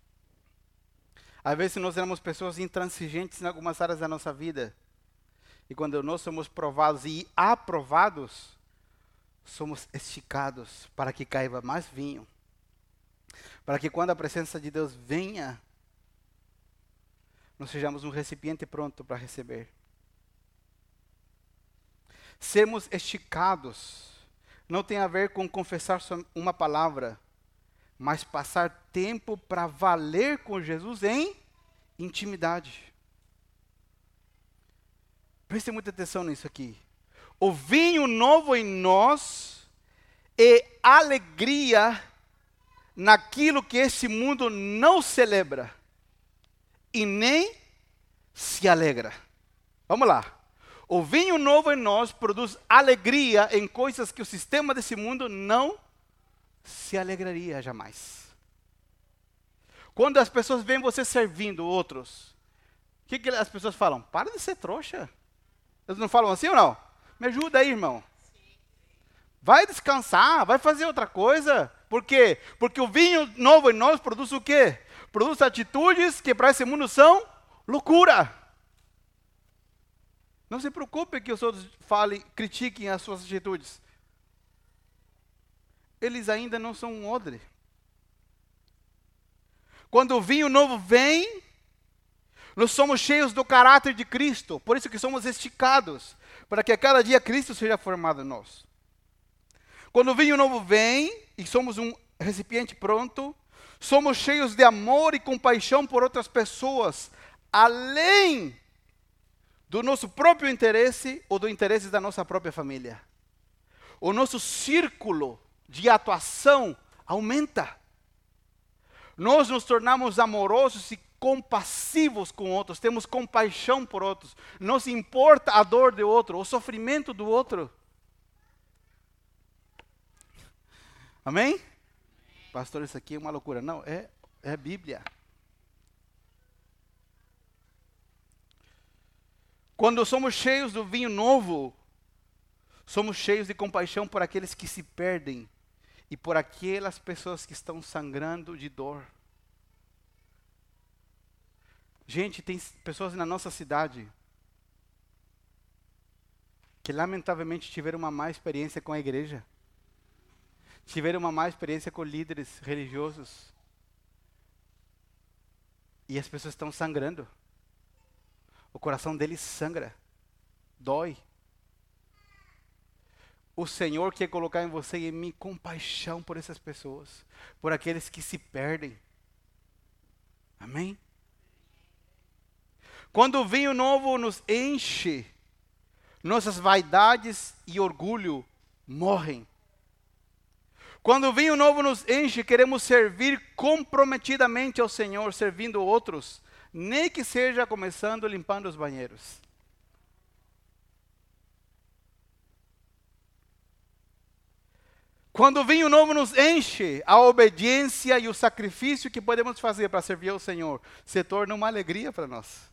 Às vezes nós éramos pessoas intransigentes em algumas áreas da nossa vida. E quando nós somos provados e aprovados, somos esticados para que caiba mais vinho. Para que quando a presença de Deus venha, nós sejamos um recipiente pronto para receber. Sermos esticados não tem a ver com confessar só uma palavra, mas passar tempo para valer com Jesus em intimidade. Preste muita atenção nisso aqui. O vinho novo em nós é alegria naquilo que esse mundo não celebra e nem se alegra. Vamos lá. O vinho novo em nós produz alegria em coisas que o sistema desse mundo não se alegraria jamais. Quando as pessoas veem você servindo outros, o que, que as pessoas falam? Para de ser trouxa. Eles não falam assim ou não? Me ajuda aí, irmão. Vai descansar, vai fazer outra coisa. Por quê? Porque o vinho novo em nós produz o quê? Produz atitudes que para esse mundo são loucura. Não se preocupe que os outros falem, critiquem as suas atitudes. Eles ainda não são um odre. Quando o vinho novo vem, nós somos cheios do caráter de Cristo. Por isso que somos esticados, para que a cada dia Cristo seja formado em nós. Quando o vinho novo vem, e somos um recipiente pronto, somos cheios de amor e compaixão por outras pessoas, além do nosso próprio interesse ou do interesse da nossa própria família. O nosso círculo de atuação aumenta. Nós nos tornamos amorosos e compassivos com outros, temos compaixão por outros, não se importa a dor do outro, o sofrimento do outro. Amém? Pastor, isso aqui é uma loucura. Não, é, é Bíblia. Quando somos cheios do vinho novo, somos cheios de compaixão por aqueles que se perdem e por aquelas pessoas que estão sangrando de dor. Gente, tem pessoas na nossa cidade que lamentavelmente tiveram uma má experiência com a igreja, tiveram uma má experiência com líderes religiosos, e as pessoas estão sangrando. O coração deles sangra, dói. O Senhor quer colocar em você e em mim compaixão por essas pessoas, por aqueles que se perdem. Amém? Quando o vinho novo nos enche, nossas vaidades e orgulho morrem. Quando o vinho novo nos enche, queremos servir comprometidamente ao Senhor, servindo outros, nem que seja começando limpando os banheiros. Quando o vinho novo nos enche, a obediência e o sacrifício que podemos fazer para servir ao Senhor se torna uma alegria para nós.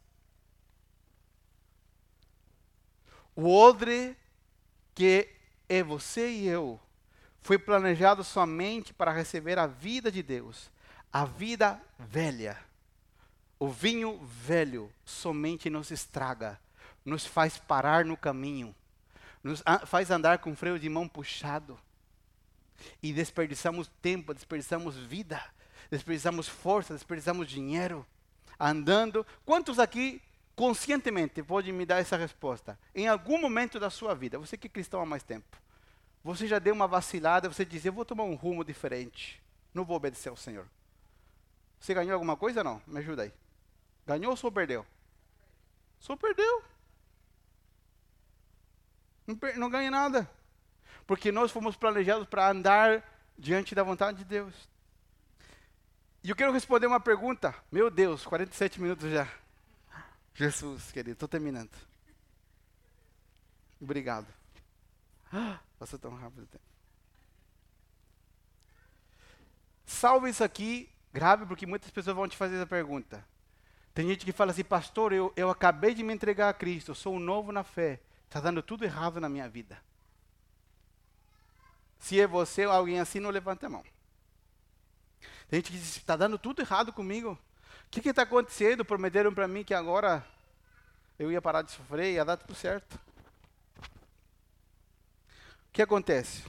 O odre que é você e eu foi planejado somente para receber a vida de Deus, a vida velha. O vinho velho somente nos estraga, nos faz parar no caminho, nos faz andar com freio de mão puxado. E desperdiçamos tempo, desperdiçamos vida, desperdiçamos força, desperdiçamos dinheiro, andando. Quantos aqui conscientemente podem me dar essa resposta? Em algum momento da sua vida, você que é cristão há mais tempo, você já deu uma vacilada, você diz, eu vou tomar um rumo diferente, não vou obedecer ao Senhor. Você ganhou alguma coisa ou não? Me ajuda aí. Ganhou ou só perdeu? Só perdeu. Não, per não ganha nada. Porque nós fomos planejados para andar diante da vontade de Deus. E eu quero responder uma pergunta. Meu Deus, quarenta e sete minutos já. Jesus, querido, estou terminando. Obrigado. Ah, passou tão rápido o tempo. Salve isso aqui, grave, porque muitas pessoas vão te fazer essa pergunta. Tem gente que fala assim, pastor, eu, eu acabei de me entregar a Cristo, eu sou um novo na fé. Está dando tudo errado na minha vida. Se é você ou alguém assim, não levanta a mão. Tem gente que diz, está dando tudo errado comigo. O que está acontecendo? Prometeram para mim que agora eu ia parar de sofrer e ia dar tudo certo. O que acontece?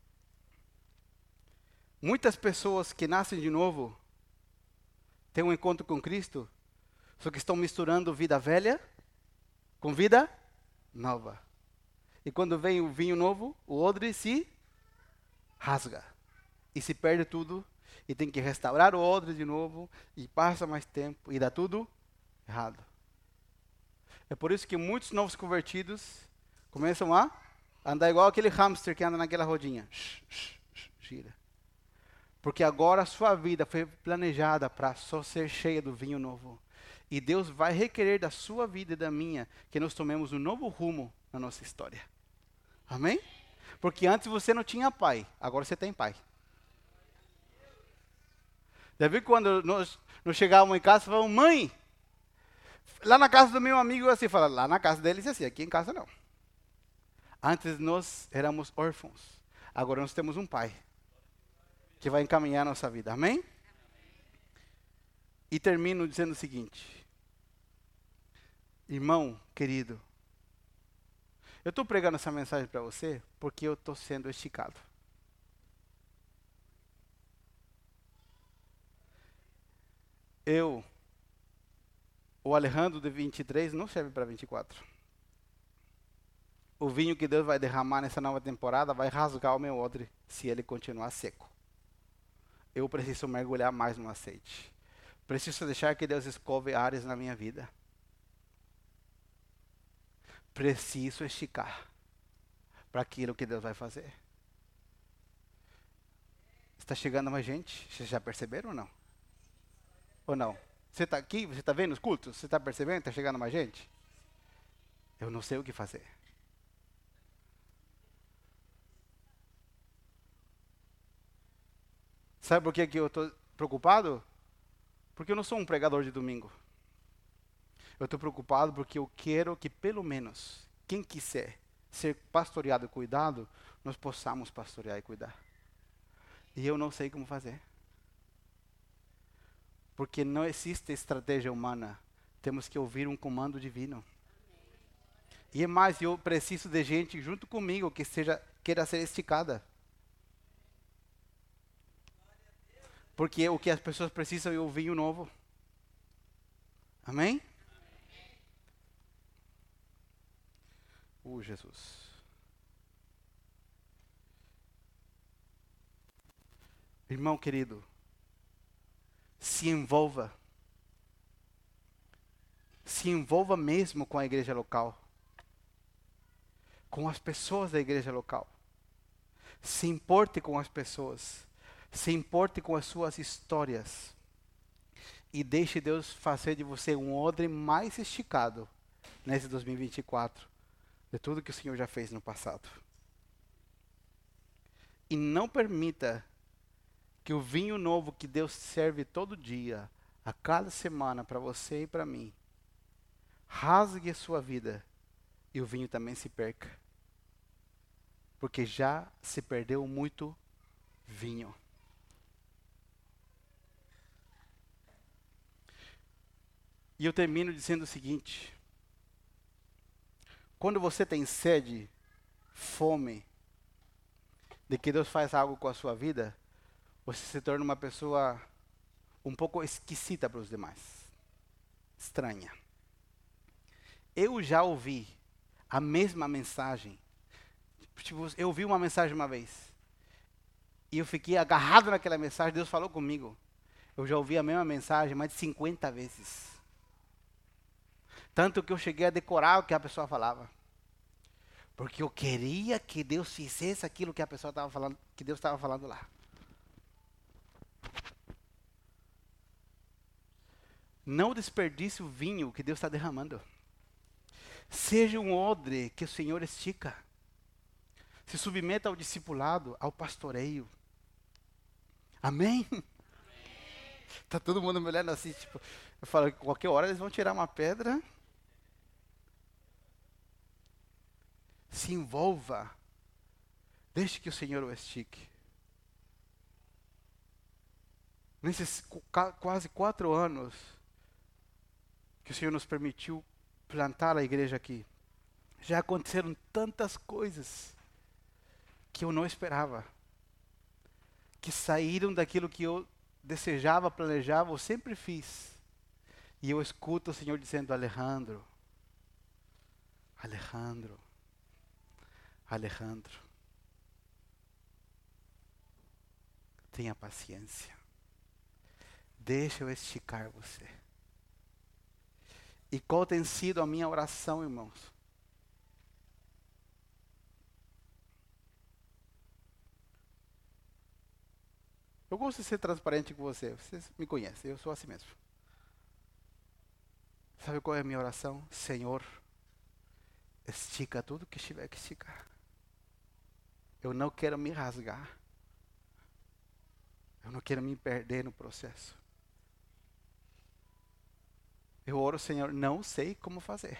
Muitas pessoas que nascem de novo, têm um encontro com Cristo, só que estão misturando vida velha com vida nova. E quando vem o vinho novo, o odre se rasga. E se perde tudo. E tem que restaurar o odre de novo. E passa mais tempo. E dá tudo errado. É por isso que muitos novos convertidos começam a andar igual aquele hamster que anda naquela rodinha. Gira. Porque agora a sua vida foi planejada para só ser cheia do vinho novo. E Deus vai requerer da sua vida e da minha que nós tomemos um novo rumo na nossa história. Amém? Porque antes você não tinha pai, agora você tem pai. Já viu quando nós, nós chegávamos em casa e falávamos, mãe, lá na casa do meu amigo assim, fala, lá na casa deles é assim, aqui em casa não. Antes nós éramos órfãos, agora nós temos um pai que vai encaminhar a nossa vida, amém? E termino dizendo o seguinte, irmão querido, eu estou pregando essa mensagem para você porque eu estou sendo esticado. Eu, o Alejandro de vinte e três não serve para vinte e quatro. O vinho que Deus vai derramar nessa nova temporada vai rasgar o meu odre se ele continuar seco. Eu preciso mergulhar mais no azeite. Preciso deixar que Deus escove áreas na minha vida. Preciso esticar para aquilo que Deus vai fazer. Está chegando mais gente? Vocês já perceberam ou não? Ou não? Você está aqui, você está vendo os cultos? Você está percebendo que está chegando mais gente? Eu não sei o que fazer. Sabe por que, que eu estou preocupado? Porque eu não sou um pregador de domingo. Eu estou preocupado porque eu quero que pelo menos, quem quiser ser pastoreado e cuidado, nós possamos pastorear e cuidar. E eu não sei como fazer. Porque não existe estratégia humana. Temos que ouvir um comando divino. E é mais, eu preciso de gente junto comigo que seja, queira ser esticada. Porque o que as pessoas precisam é o vinho novo. Amém? Oh, Jesus. Irmão querido, se envolva. Se envolva mesmo com a igreja local. Com as pessoas da igreja local. Se importe com as pessoas. Se importe com as suas histórias. E deixe Deus fazer de você um odre mais esticado nesse dois mil e vinte e quatro. De tudo que o Senhor já fez no passado. E não permita que o vinho novo que Deus serve todo dia, a cada semana, para você e para mim, rasgue a sua vida e o vinho também se perca. Porque já se perdeu muito vinho. E eu termino dizendo o seguinte: quando você tem sede, fome, de que Deus faz algo com a sua vida, você se torna uma pessoa um pouco esquisita para os demais. Estranha. Eu já ouvi a mesma mensagem. Tipo, eu ouvi uma mensagem uma vez. E eu fiquei agarrado naquela mensagem, Deus falou comigo. Eu já ouvi a mesma mensagem mais de cinquenta vezes. Tanto que eu cheguei a decorar o que a pessoa falava. Porque eu queria que Deus fizesse aquilo que a pessoa estava falando, que Deus estava falando lá. Não desperdice o vinho que Deus está derramando. Seja um odre que o Senhor estica. Se submeta ao discipulado, ao pastoreio. Amém? Está todo mundo me olhando assim, tipo, eu falo que qualquer hora eles vão tirar uma pedra. Se envolva. Deixe que o Senhor o estique. Nesses quase quatro anos que o Senhor nos permitiu plantar a igreja aqui, já aconteceram tantas coisas que eu não esperava, que saíram daquilo que eu desejava, planejava, eu sempre fiz. E eu escuto o Senhor dizendo: Alejandro, Alejandro, Alejandro, tenha paciência. Deixa eu esticar você. E qual tem sido a minha oração, irmãos? Eu gosto de ser transparente com você. Vocês me conhecem, eu sou assim mesmo. Sabe qual é a minha oração? Senhor, estica tudo que tiver que esticar. Eu não quero me rasgar. Eu não quero me perder no processo. Eu oro, Senhor, não sei como fazer.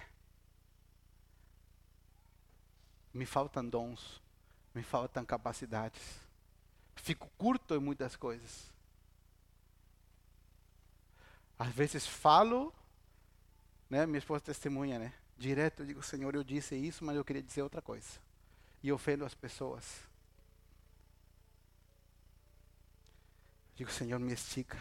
Me faltam dons, me faltam capacidades. Fico curto em muitas coisas. Às vezes falo, né, minha esposa testemunha, né? Direto eu digo: Senhor, eu disse isso, mas eu queria dizer outra coisa. E ofendo as pessoas. Digo: Senhor, me estica.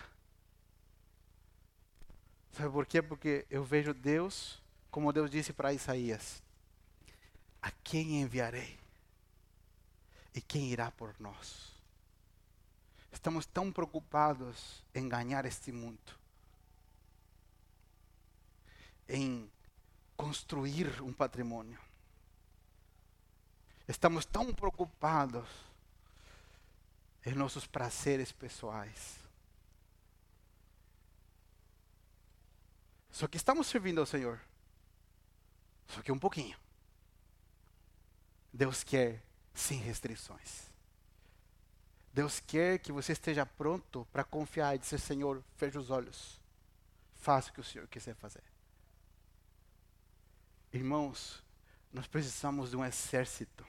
Sabe por quê? Porque eu vejo Deus, como Deus disse para Isaías: a quem enviarei? E quem irá por nós? Estamos tão preocupados em ganhar este mundo, em construir um patrimônio. Estamos tão preocupados em nossos prazeres pessoais. Só que estamos servindo ao Senhor. Só que um pouquinho. Deus quer sem restrições. Deus quer que você esteja pronto para confiar e dizer: Senhor, feche os olhos. Faça o que o Senhor quiser fazer. Irmãos, nós precisamos de um exército.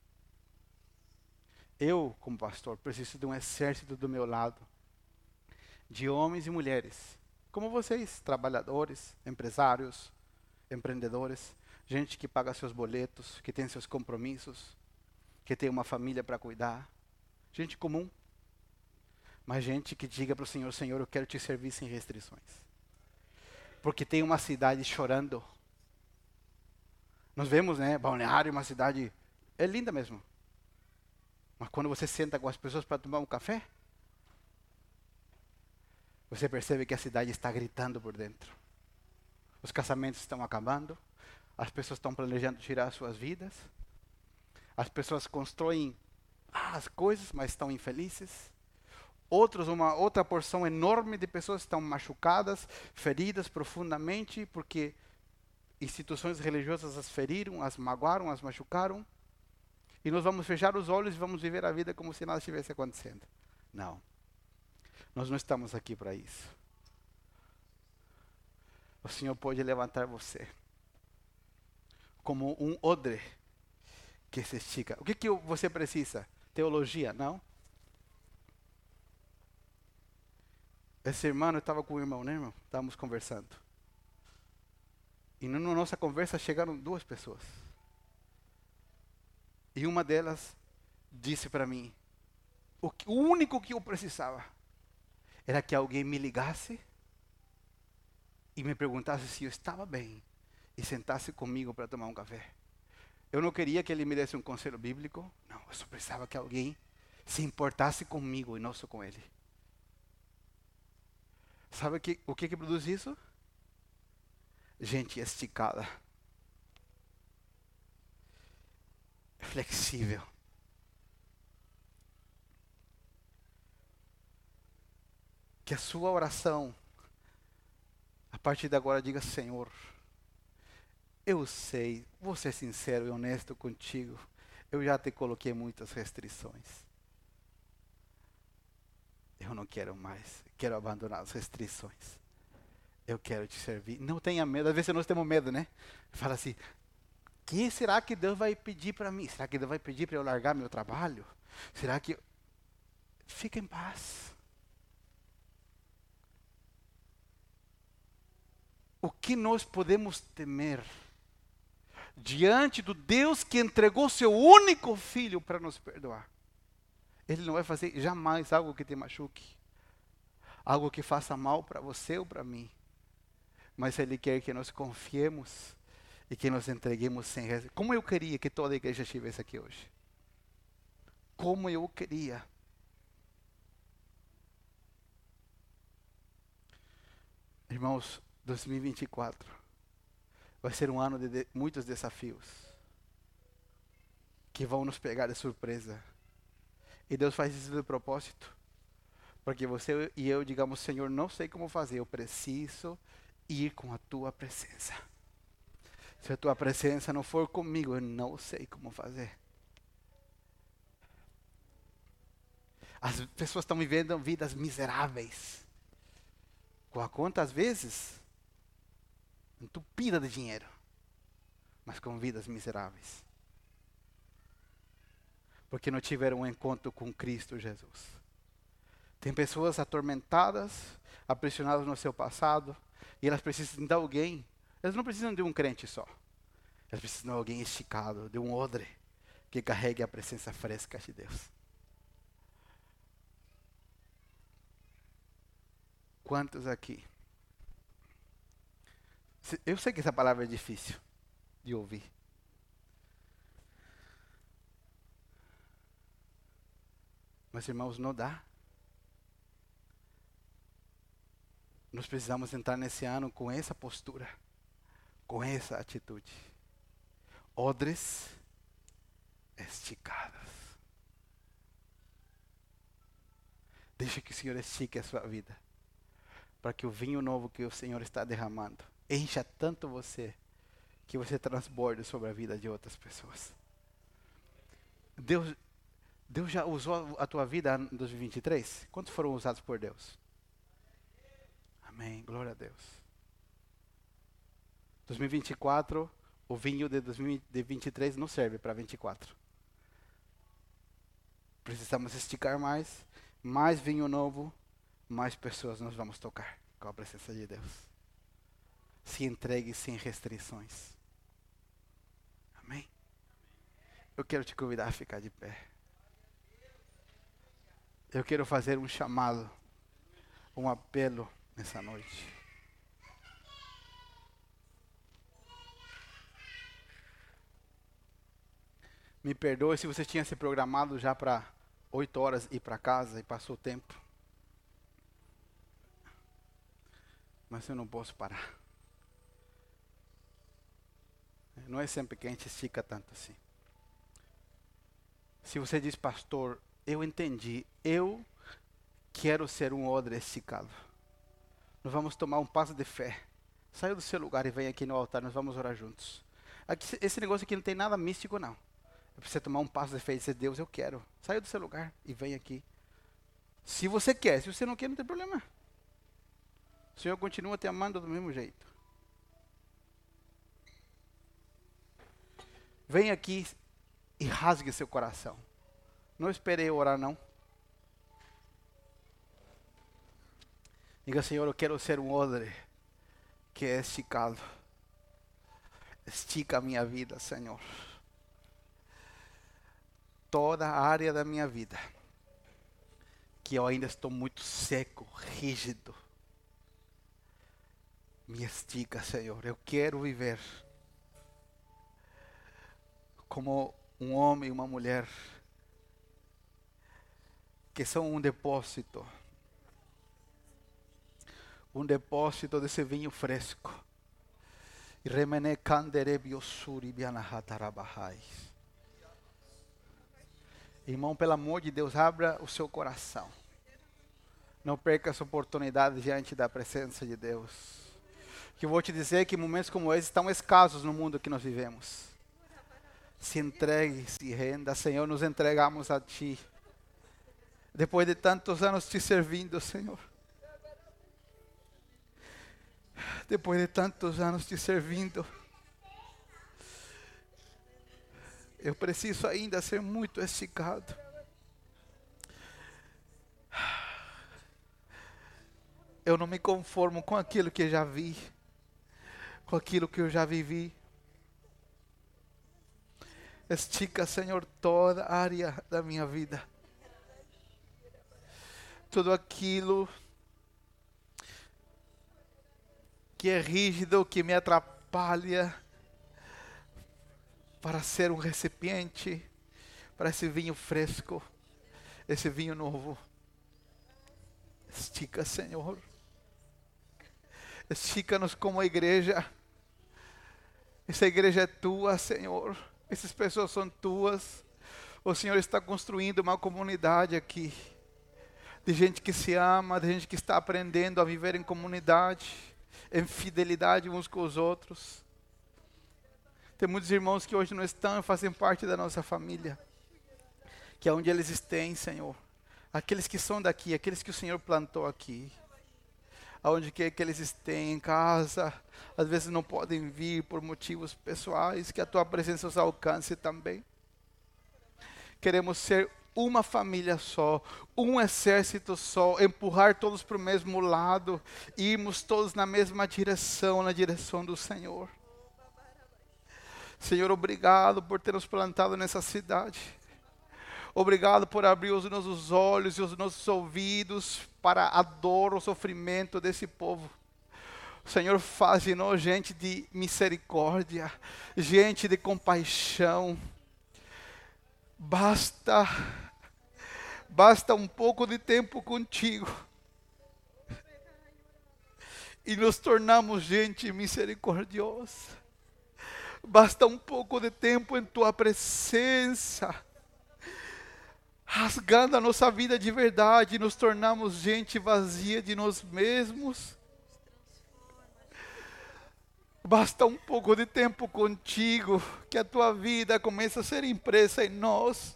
Eu, como pastor, preciso de um exército do meu lado. De homens e mulheres, como vocês, trabalhadores, empresários, empreendedores. gente que paga seus boletos, que tem seus compromissos, que tem uma família para cuidar. Gente comum. Mas gente que diga para o Senhor, Senhor, eu quero te servir sem restrições. Porque tem uma cidade chorando. Nós vemos, né, Balneário, uma cidade, é linda mesmo. Mas quando você senta com as pessoas para tomar um café, você percebe que a cidade está gritando por dentro. Os casamentos estão acabando, as pessoas estão planejando tirar as suas vidas, as pessoas constroem ah, as coisas, mas estão infelizes. Outros, uma outra porção enorme de pessoas estão machucadas, feridas profundamente, porque instituições religiosas as feriram, as magoaram, as machucaram. E nós vamos fechar os olhos e vamos viver a vida como se nada estivesse acontecendo. Não. Nós não estamos aqui para isso. O Senhor pode levantar você como um odre que se estica. O que, que você precisa? Teologia? Não. Esse irmão, eu estava com o irmão, né, irmão? Estávamos conversando. E na nossa conversa chegaram duas pessoas. E uma delas disse para mim, o, que, o único que eu precisava era que alguém me ligasse e me perguntasse se eu estava bem e sentasse comigo para tomar um café. Eu não queria que ele me desse um conselho bíblico, não, eu só precisava que alguém se importasse comigo e não só com ele. Sabe que, o que, que produz isso? Gente esticada. Flexível. Que a sua oração, a partir de agora, diga, Senhor, eu sei, vou ser sincero e honesto contigo, eu já te coloquei muitas restrições. Eu não quero mais, quero abandonar as restrições. Eu quero te servir. Não tenha medo, às vezes nós temos medo, né? Fala assim, o que será que Deus vai pedir para mim? Será que Deus vai pedir para eu largar meu trabalho? Será que... Fica em paz. O que nós podemos temer diante do Deus que entregou seu único filho para nos perdoar? Ele não vai fazer jamais algo que te machuque, algo que faça mal para você ou para mim. Mas Ele quer que nós confiemos e que nos entreguemos sem reserva. Como eu queria que toda a igreja estivesse aqui hoje. Como eu queria. Irmãos, dois mil e vinte e quatro vai ser um ano de, de muitos desafios que vão nos pegar de surpresa. E Deus faz isso de propósito. Porque você e eu digamos, Senhor, não sei como fazer, eu preciso ir com a Tua presença. Se a Tua presença não for comigo, eu não sei como fazer. As pessoas estão vivendo vidas miseráveis. Com a conta, às vezes, entupida de dinheiro. Mas com vidas miseráveis. Porque não tiveram um encontro com Cristo Jesus. Tem pessoas atormentadas, aprisionadas no seu passado, e elas precisam de alguém. Elas não precisam de um crente só. Elas precisam de alguém esticado, de um odre, que carregue a presença fresca de Deus. Quantos aqui? Eu sei que essa palavra é difícil de ouvir. Mas, irmãos, não dá. Nós precisamos entrar nesse ano com essa postura, com essa atitude. Odres esticadas. Deixe que o Senhor estique a sua vida, para que o vinho novo que o Senhor está derramando encha tanto você, que você transborde sobre a vida de outras pessoas. Deus... Deus já usou a tua vida em dois mil e vinte e três? Quantos foram usados por Deus? Amém, glória a Deus. dois mil e vinte e quatro, o vinho de dois mil e vinte e três não serve para vinte e quatro. Precisamos esticar mais, mais vinho novo, mais pessoas nós vamos tocar com a presença de Deus. Se entregue sem restrições. Eu quero te convidar a ficar de pé. Eu quero fazer um chamado, um apelo nessa noite. Me perdoe se você tinha se programado já para oito horas ir para casa e passou o tempo. Mas eu não posso parar. Não é sempre que a gente estica tanto assim. Se você diz, pastor, eu entendi, eu quero ser um odre esticado. Nós vamos tomar um passo de fé. Saia do seu lugar e vem aqui no altar, nós vamos orar juntos. Aqui, esse negócio aqui não tem nada místico, não. É para você tomar um passo de fé e dizer, Deus, eu quero. Saia do seu lugar e vem aqui. Se você quer, se você não quer, não tem problema. O Senhor continua te amando do mesmo jeito. Vem aqui e rasgue seu coração. Não esperei orar, não. Diga, Senhor, eu quero ser um odre que é esticado. Estica a minha vida, Senhor. Toda a área da minha vida que eu ainda estou muito seco, rígido. Me estica, Senhor. Eu quero viver como um homem e uma mulher que são um depósito. Um depósito desse vinho fresco. Remene kandere biosuri bianahatarabahai. Irmão, pelo amor de Deus, abra o seu coração. Não perca essa oportunidade diante da presença de Deus. Que eu vou te dizer que momentos como esses estão escassos no mundo que nós vivemos. Se entregue, se renda, Senhor, nos entregamos a Ti. Depois de tantos anos Te servindo, Senhor. Depois de tantos anos Te servindo. Eu preciso ainda ser muito esticado. Eu não me conformo com aquilo que eu já vi. Com aquilo que eu já vivi. Estica, Senhor, toda a área da minha vida. Tudo aquilo que é rígido, que me atrapalha para ser um recipiente para esse vinho fresco, esse vinho novo. Estica, Senhor. Estica-nos como a igreja. Essa igreja é tua, Senhor. Essas pessoas são tuas. O Senhor está construindo uma comunidade aqui. De gente que se ama, de gente que está aprendendo a viver em comunidade, em fidelidade uns com os outros. Tem muitos irmãos que hoje não estão e fazem parte da nossa família. Que é onde eles estão, Senhor. Aqueles que são daqui, aqueles que o Senhor plantou aqui. Aonde quer que eles estejam em casa, às vezes não podem vir por motivos pessoais, que a Tua presença os alcance também. Queremos ser uma família só, um exército só, empurrar todos para o mesmo lado, irmos todos na mesma direção, na direção do Senhor. Senhor, obrigado por ter nos plantado nessa cidade. Obrigado por abrir os nossos olhos e os nossos ouvidos para a dor, o sofrimento desse povo. Senhor, faz de nós gente de misericórdia, gente de compaixão. Basta, basta um pouco de tempo contigo. E nos tornamos gente misericordiosa. Basta um pouco de tempo em Tua presença. Rasgando a nossa vida de verdade, nos tornamos gente vazia de nós mesmos. Basta um pouco de tempo contigo, que a Tua vida começa a ser impressa em nós.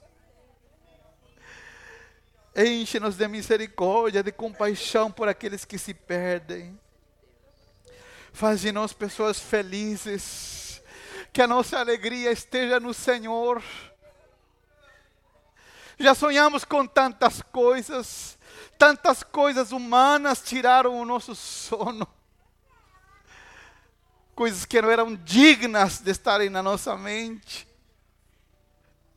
Enche-nos de misericórdia, de compaixão por aqueles que se perdem. Faz de nós pessoas felizes. Que a nossa alegria esteja no Senhor. Já sonhamos com tantas coisas, tantas coisas humanas tiraram o nosso sono. Coisas que não eram dignas de estarem na nossa mente.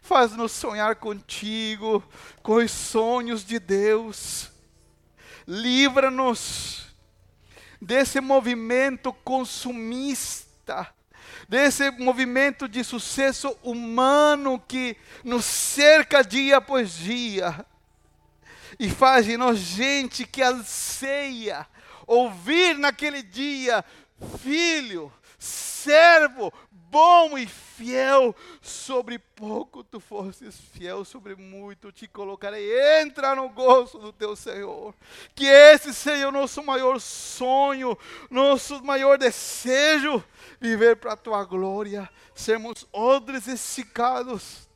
Faz-nos sonhar contigo, com os sonhos de Deus. Livra-nos desse movimento consumista, desse movimento de sucesso humano que nos cerca dia após dia. E faz de nós gente que anseia ouvir naquele dia: filho, servo, bom e fiel, sobre pouco tu fostes fiel, sobre muito te colocarei. Entra no gozo do teu Senhor. Que esse seja o nosso maior sonho, nosso maior desejo, viver para a tua glória, sermos odres esticados.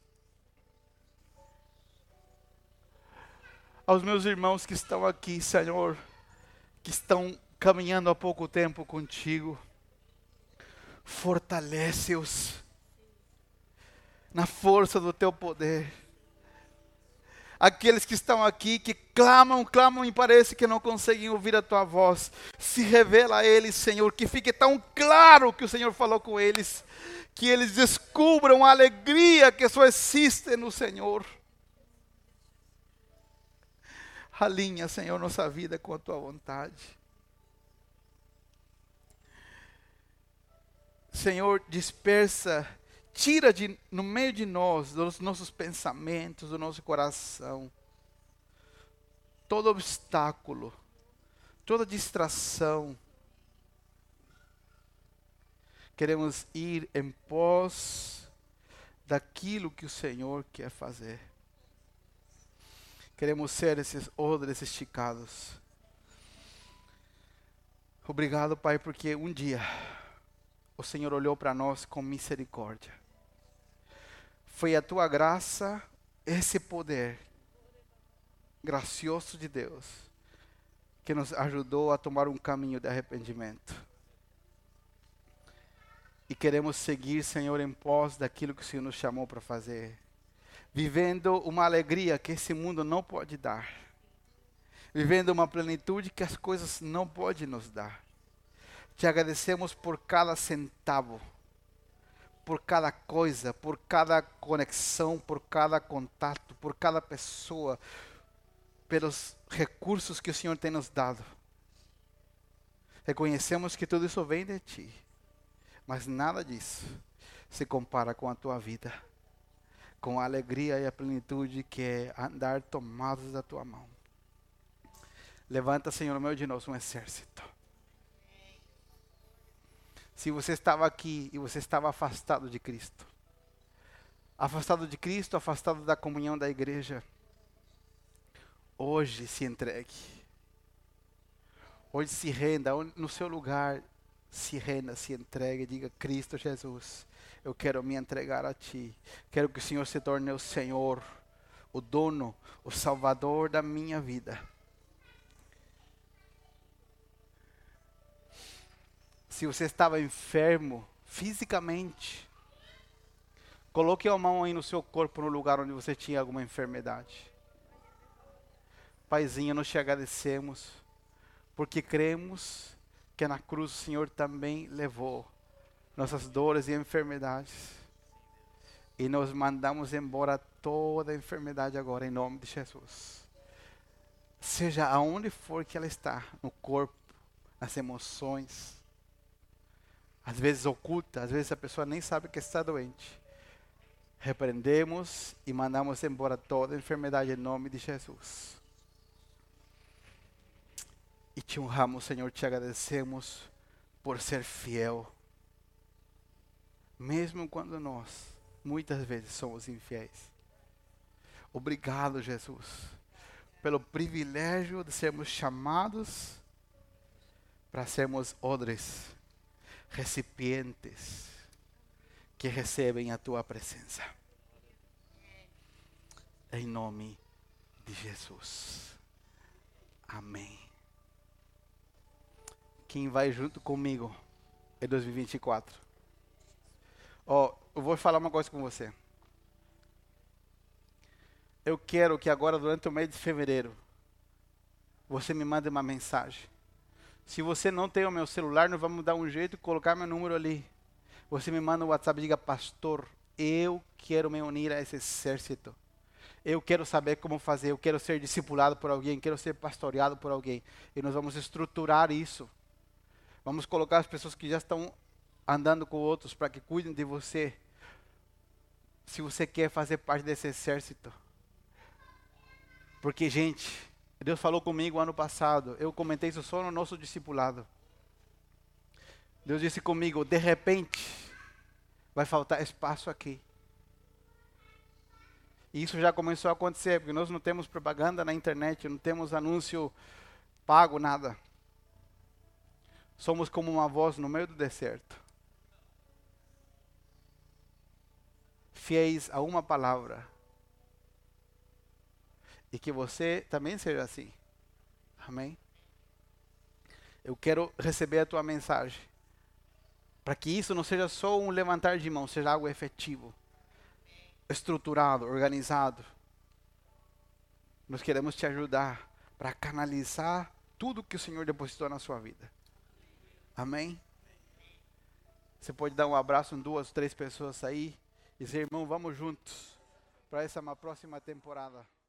Aos meus irmãos que estão aqui, Senhor, que estão caminhando há pouco tempo contigo, fortalece-os na força do teu poder. Aqueles que estão aqui, que clamam, clamam e parece que não conseguem ouvir a tua voz, se revela a eles, Senhor, que fique tão claro que o Senhor falou com eles, que eles descubram a alegria que só existe no Senhor. Alinha, Senhor, nossa vida com a tua vontade. Senhor, dispersa, tira de, no meio de nós, dos nossos pensamentos, do nosso coração, todo obstáculo, toda distração. Queremos ir em pós daquilo que o Senhor quer fazer. Queremos ser esses odres esticados. Obrigado, Pai, porque um dia o Senhor olhou para nós com misericórdia. Foi a tua graça, esse poder gracioso de Deus, que nos ajudou a tomar um caminho de arrependimento. E queremos seguir, Senhor, em pós daquilo que o Senhor nos chamou para fazer. Vivendo uma alegria que esse mundo não pode dar. Vivendo uma plenitude que as coisas não podem nos dar. Te agradecemos por cada centavo, por cada coisa, por cada conexão, por cada contato, por cada pessoa, pelos recursos que o Senhor tem nos dado. Reconhecemos que tudo isso vem de Ti, mas nada disso se compara com a Tua vida, com a alegria e a plenitude que é andar tomados da Tua mão. Levanta, Senhor, no meio de nós um exército. Se você estava aqui e você estava afastado de Cristo, afastado de Cristo, afastado da comunhão da igreja, hoje se entregue. Hoje se renda, no seu lugar, se renda, se entregue, diga: Cristo Jesus, eu quero me entregar a Ti. Quero que o Senhor se torne o Senhor, o dono, o Salvador da minha vida. Se você estava enfermo fisicamente, coloque a mão aí no seu corpo, no lugar onde você tinha alguma enfermidade. Paizinho, nós te agradecemos, porque cremos que na cruz o Senhor também levou nossas dores e enfermidades. E nós mandamos embora toda a enfermidade agora, em nome de Jesus. Seja aonde for que ela está, no corpo, nas emoções, às vezes oculta, às vezes a pessoa nem sabe que está doente. Repreendemos e mandamos embora toda a enfermidade em nome de Jesus. E te honramos, Senhor, te agradecemos por ser fiel. Mesmo quando nós, muitas vezes, somos infiéis. Obrigado, Jesus, pelo privilégio de sermos chamados para sermos odres, recipientes que recebem a Tua presença. Em nome de Jesus. Amém. Quem vai junto comigo em dois mil e vinte e quatro? Ó, oh, eu vou falar uma coisa com você. Eu quero que agora, durante o mês de fevereiro, você me mande uma mensagem. Se você não tem o meu celular, nós vamos dar um jeito de colocar meu número ali. Você me manda um WhatsApp e diga: pastor, eu quero me unir a esse exército. Eu quero saber como fazer, eu quero ser discipulado por alguém, quero ser pastoreado por alguém. E nós vamos estruturar isso. Vamos colocar as pessoas que já estão andando com outros para que cuidem de você. Se você quer fazer parte desse exército. Porque, gente, Deus falou comigo ano passado, eu comentei isso só no nosso discipulado. Deus disse comigo, de repente, vai faltar espaço aqui. E isso já começou a acontecer, porque nós não temos propaganda na internet, não temos anúncio pago, nada. Somos como uma voz no meio do deserto. Fiéis a uma palavra. E que você também seja assim. Amém? Eu quero receber a tua mensagem. Para que isso não seja só um levantar de mão, seja algo efetivo. Estruturado, organizado. Nós queremos te ajudar para canalizar tudo que o Senhor depositou na sua vida. Amém? Você pode dar um abraço em duas, três pessoas aí e dizer, irmão, vamos juntos para essa uma próxima temporada.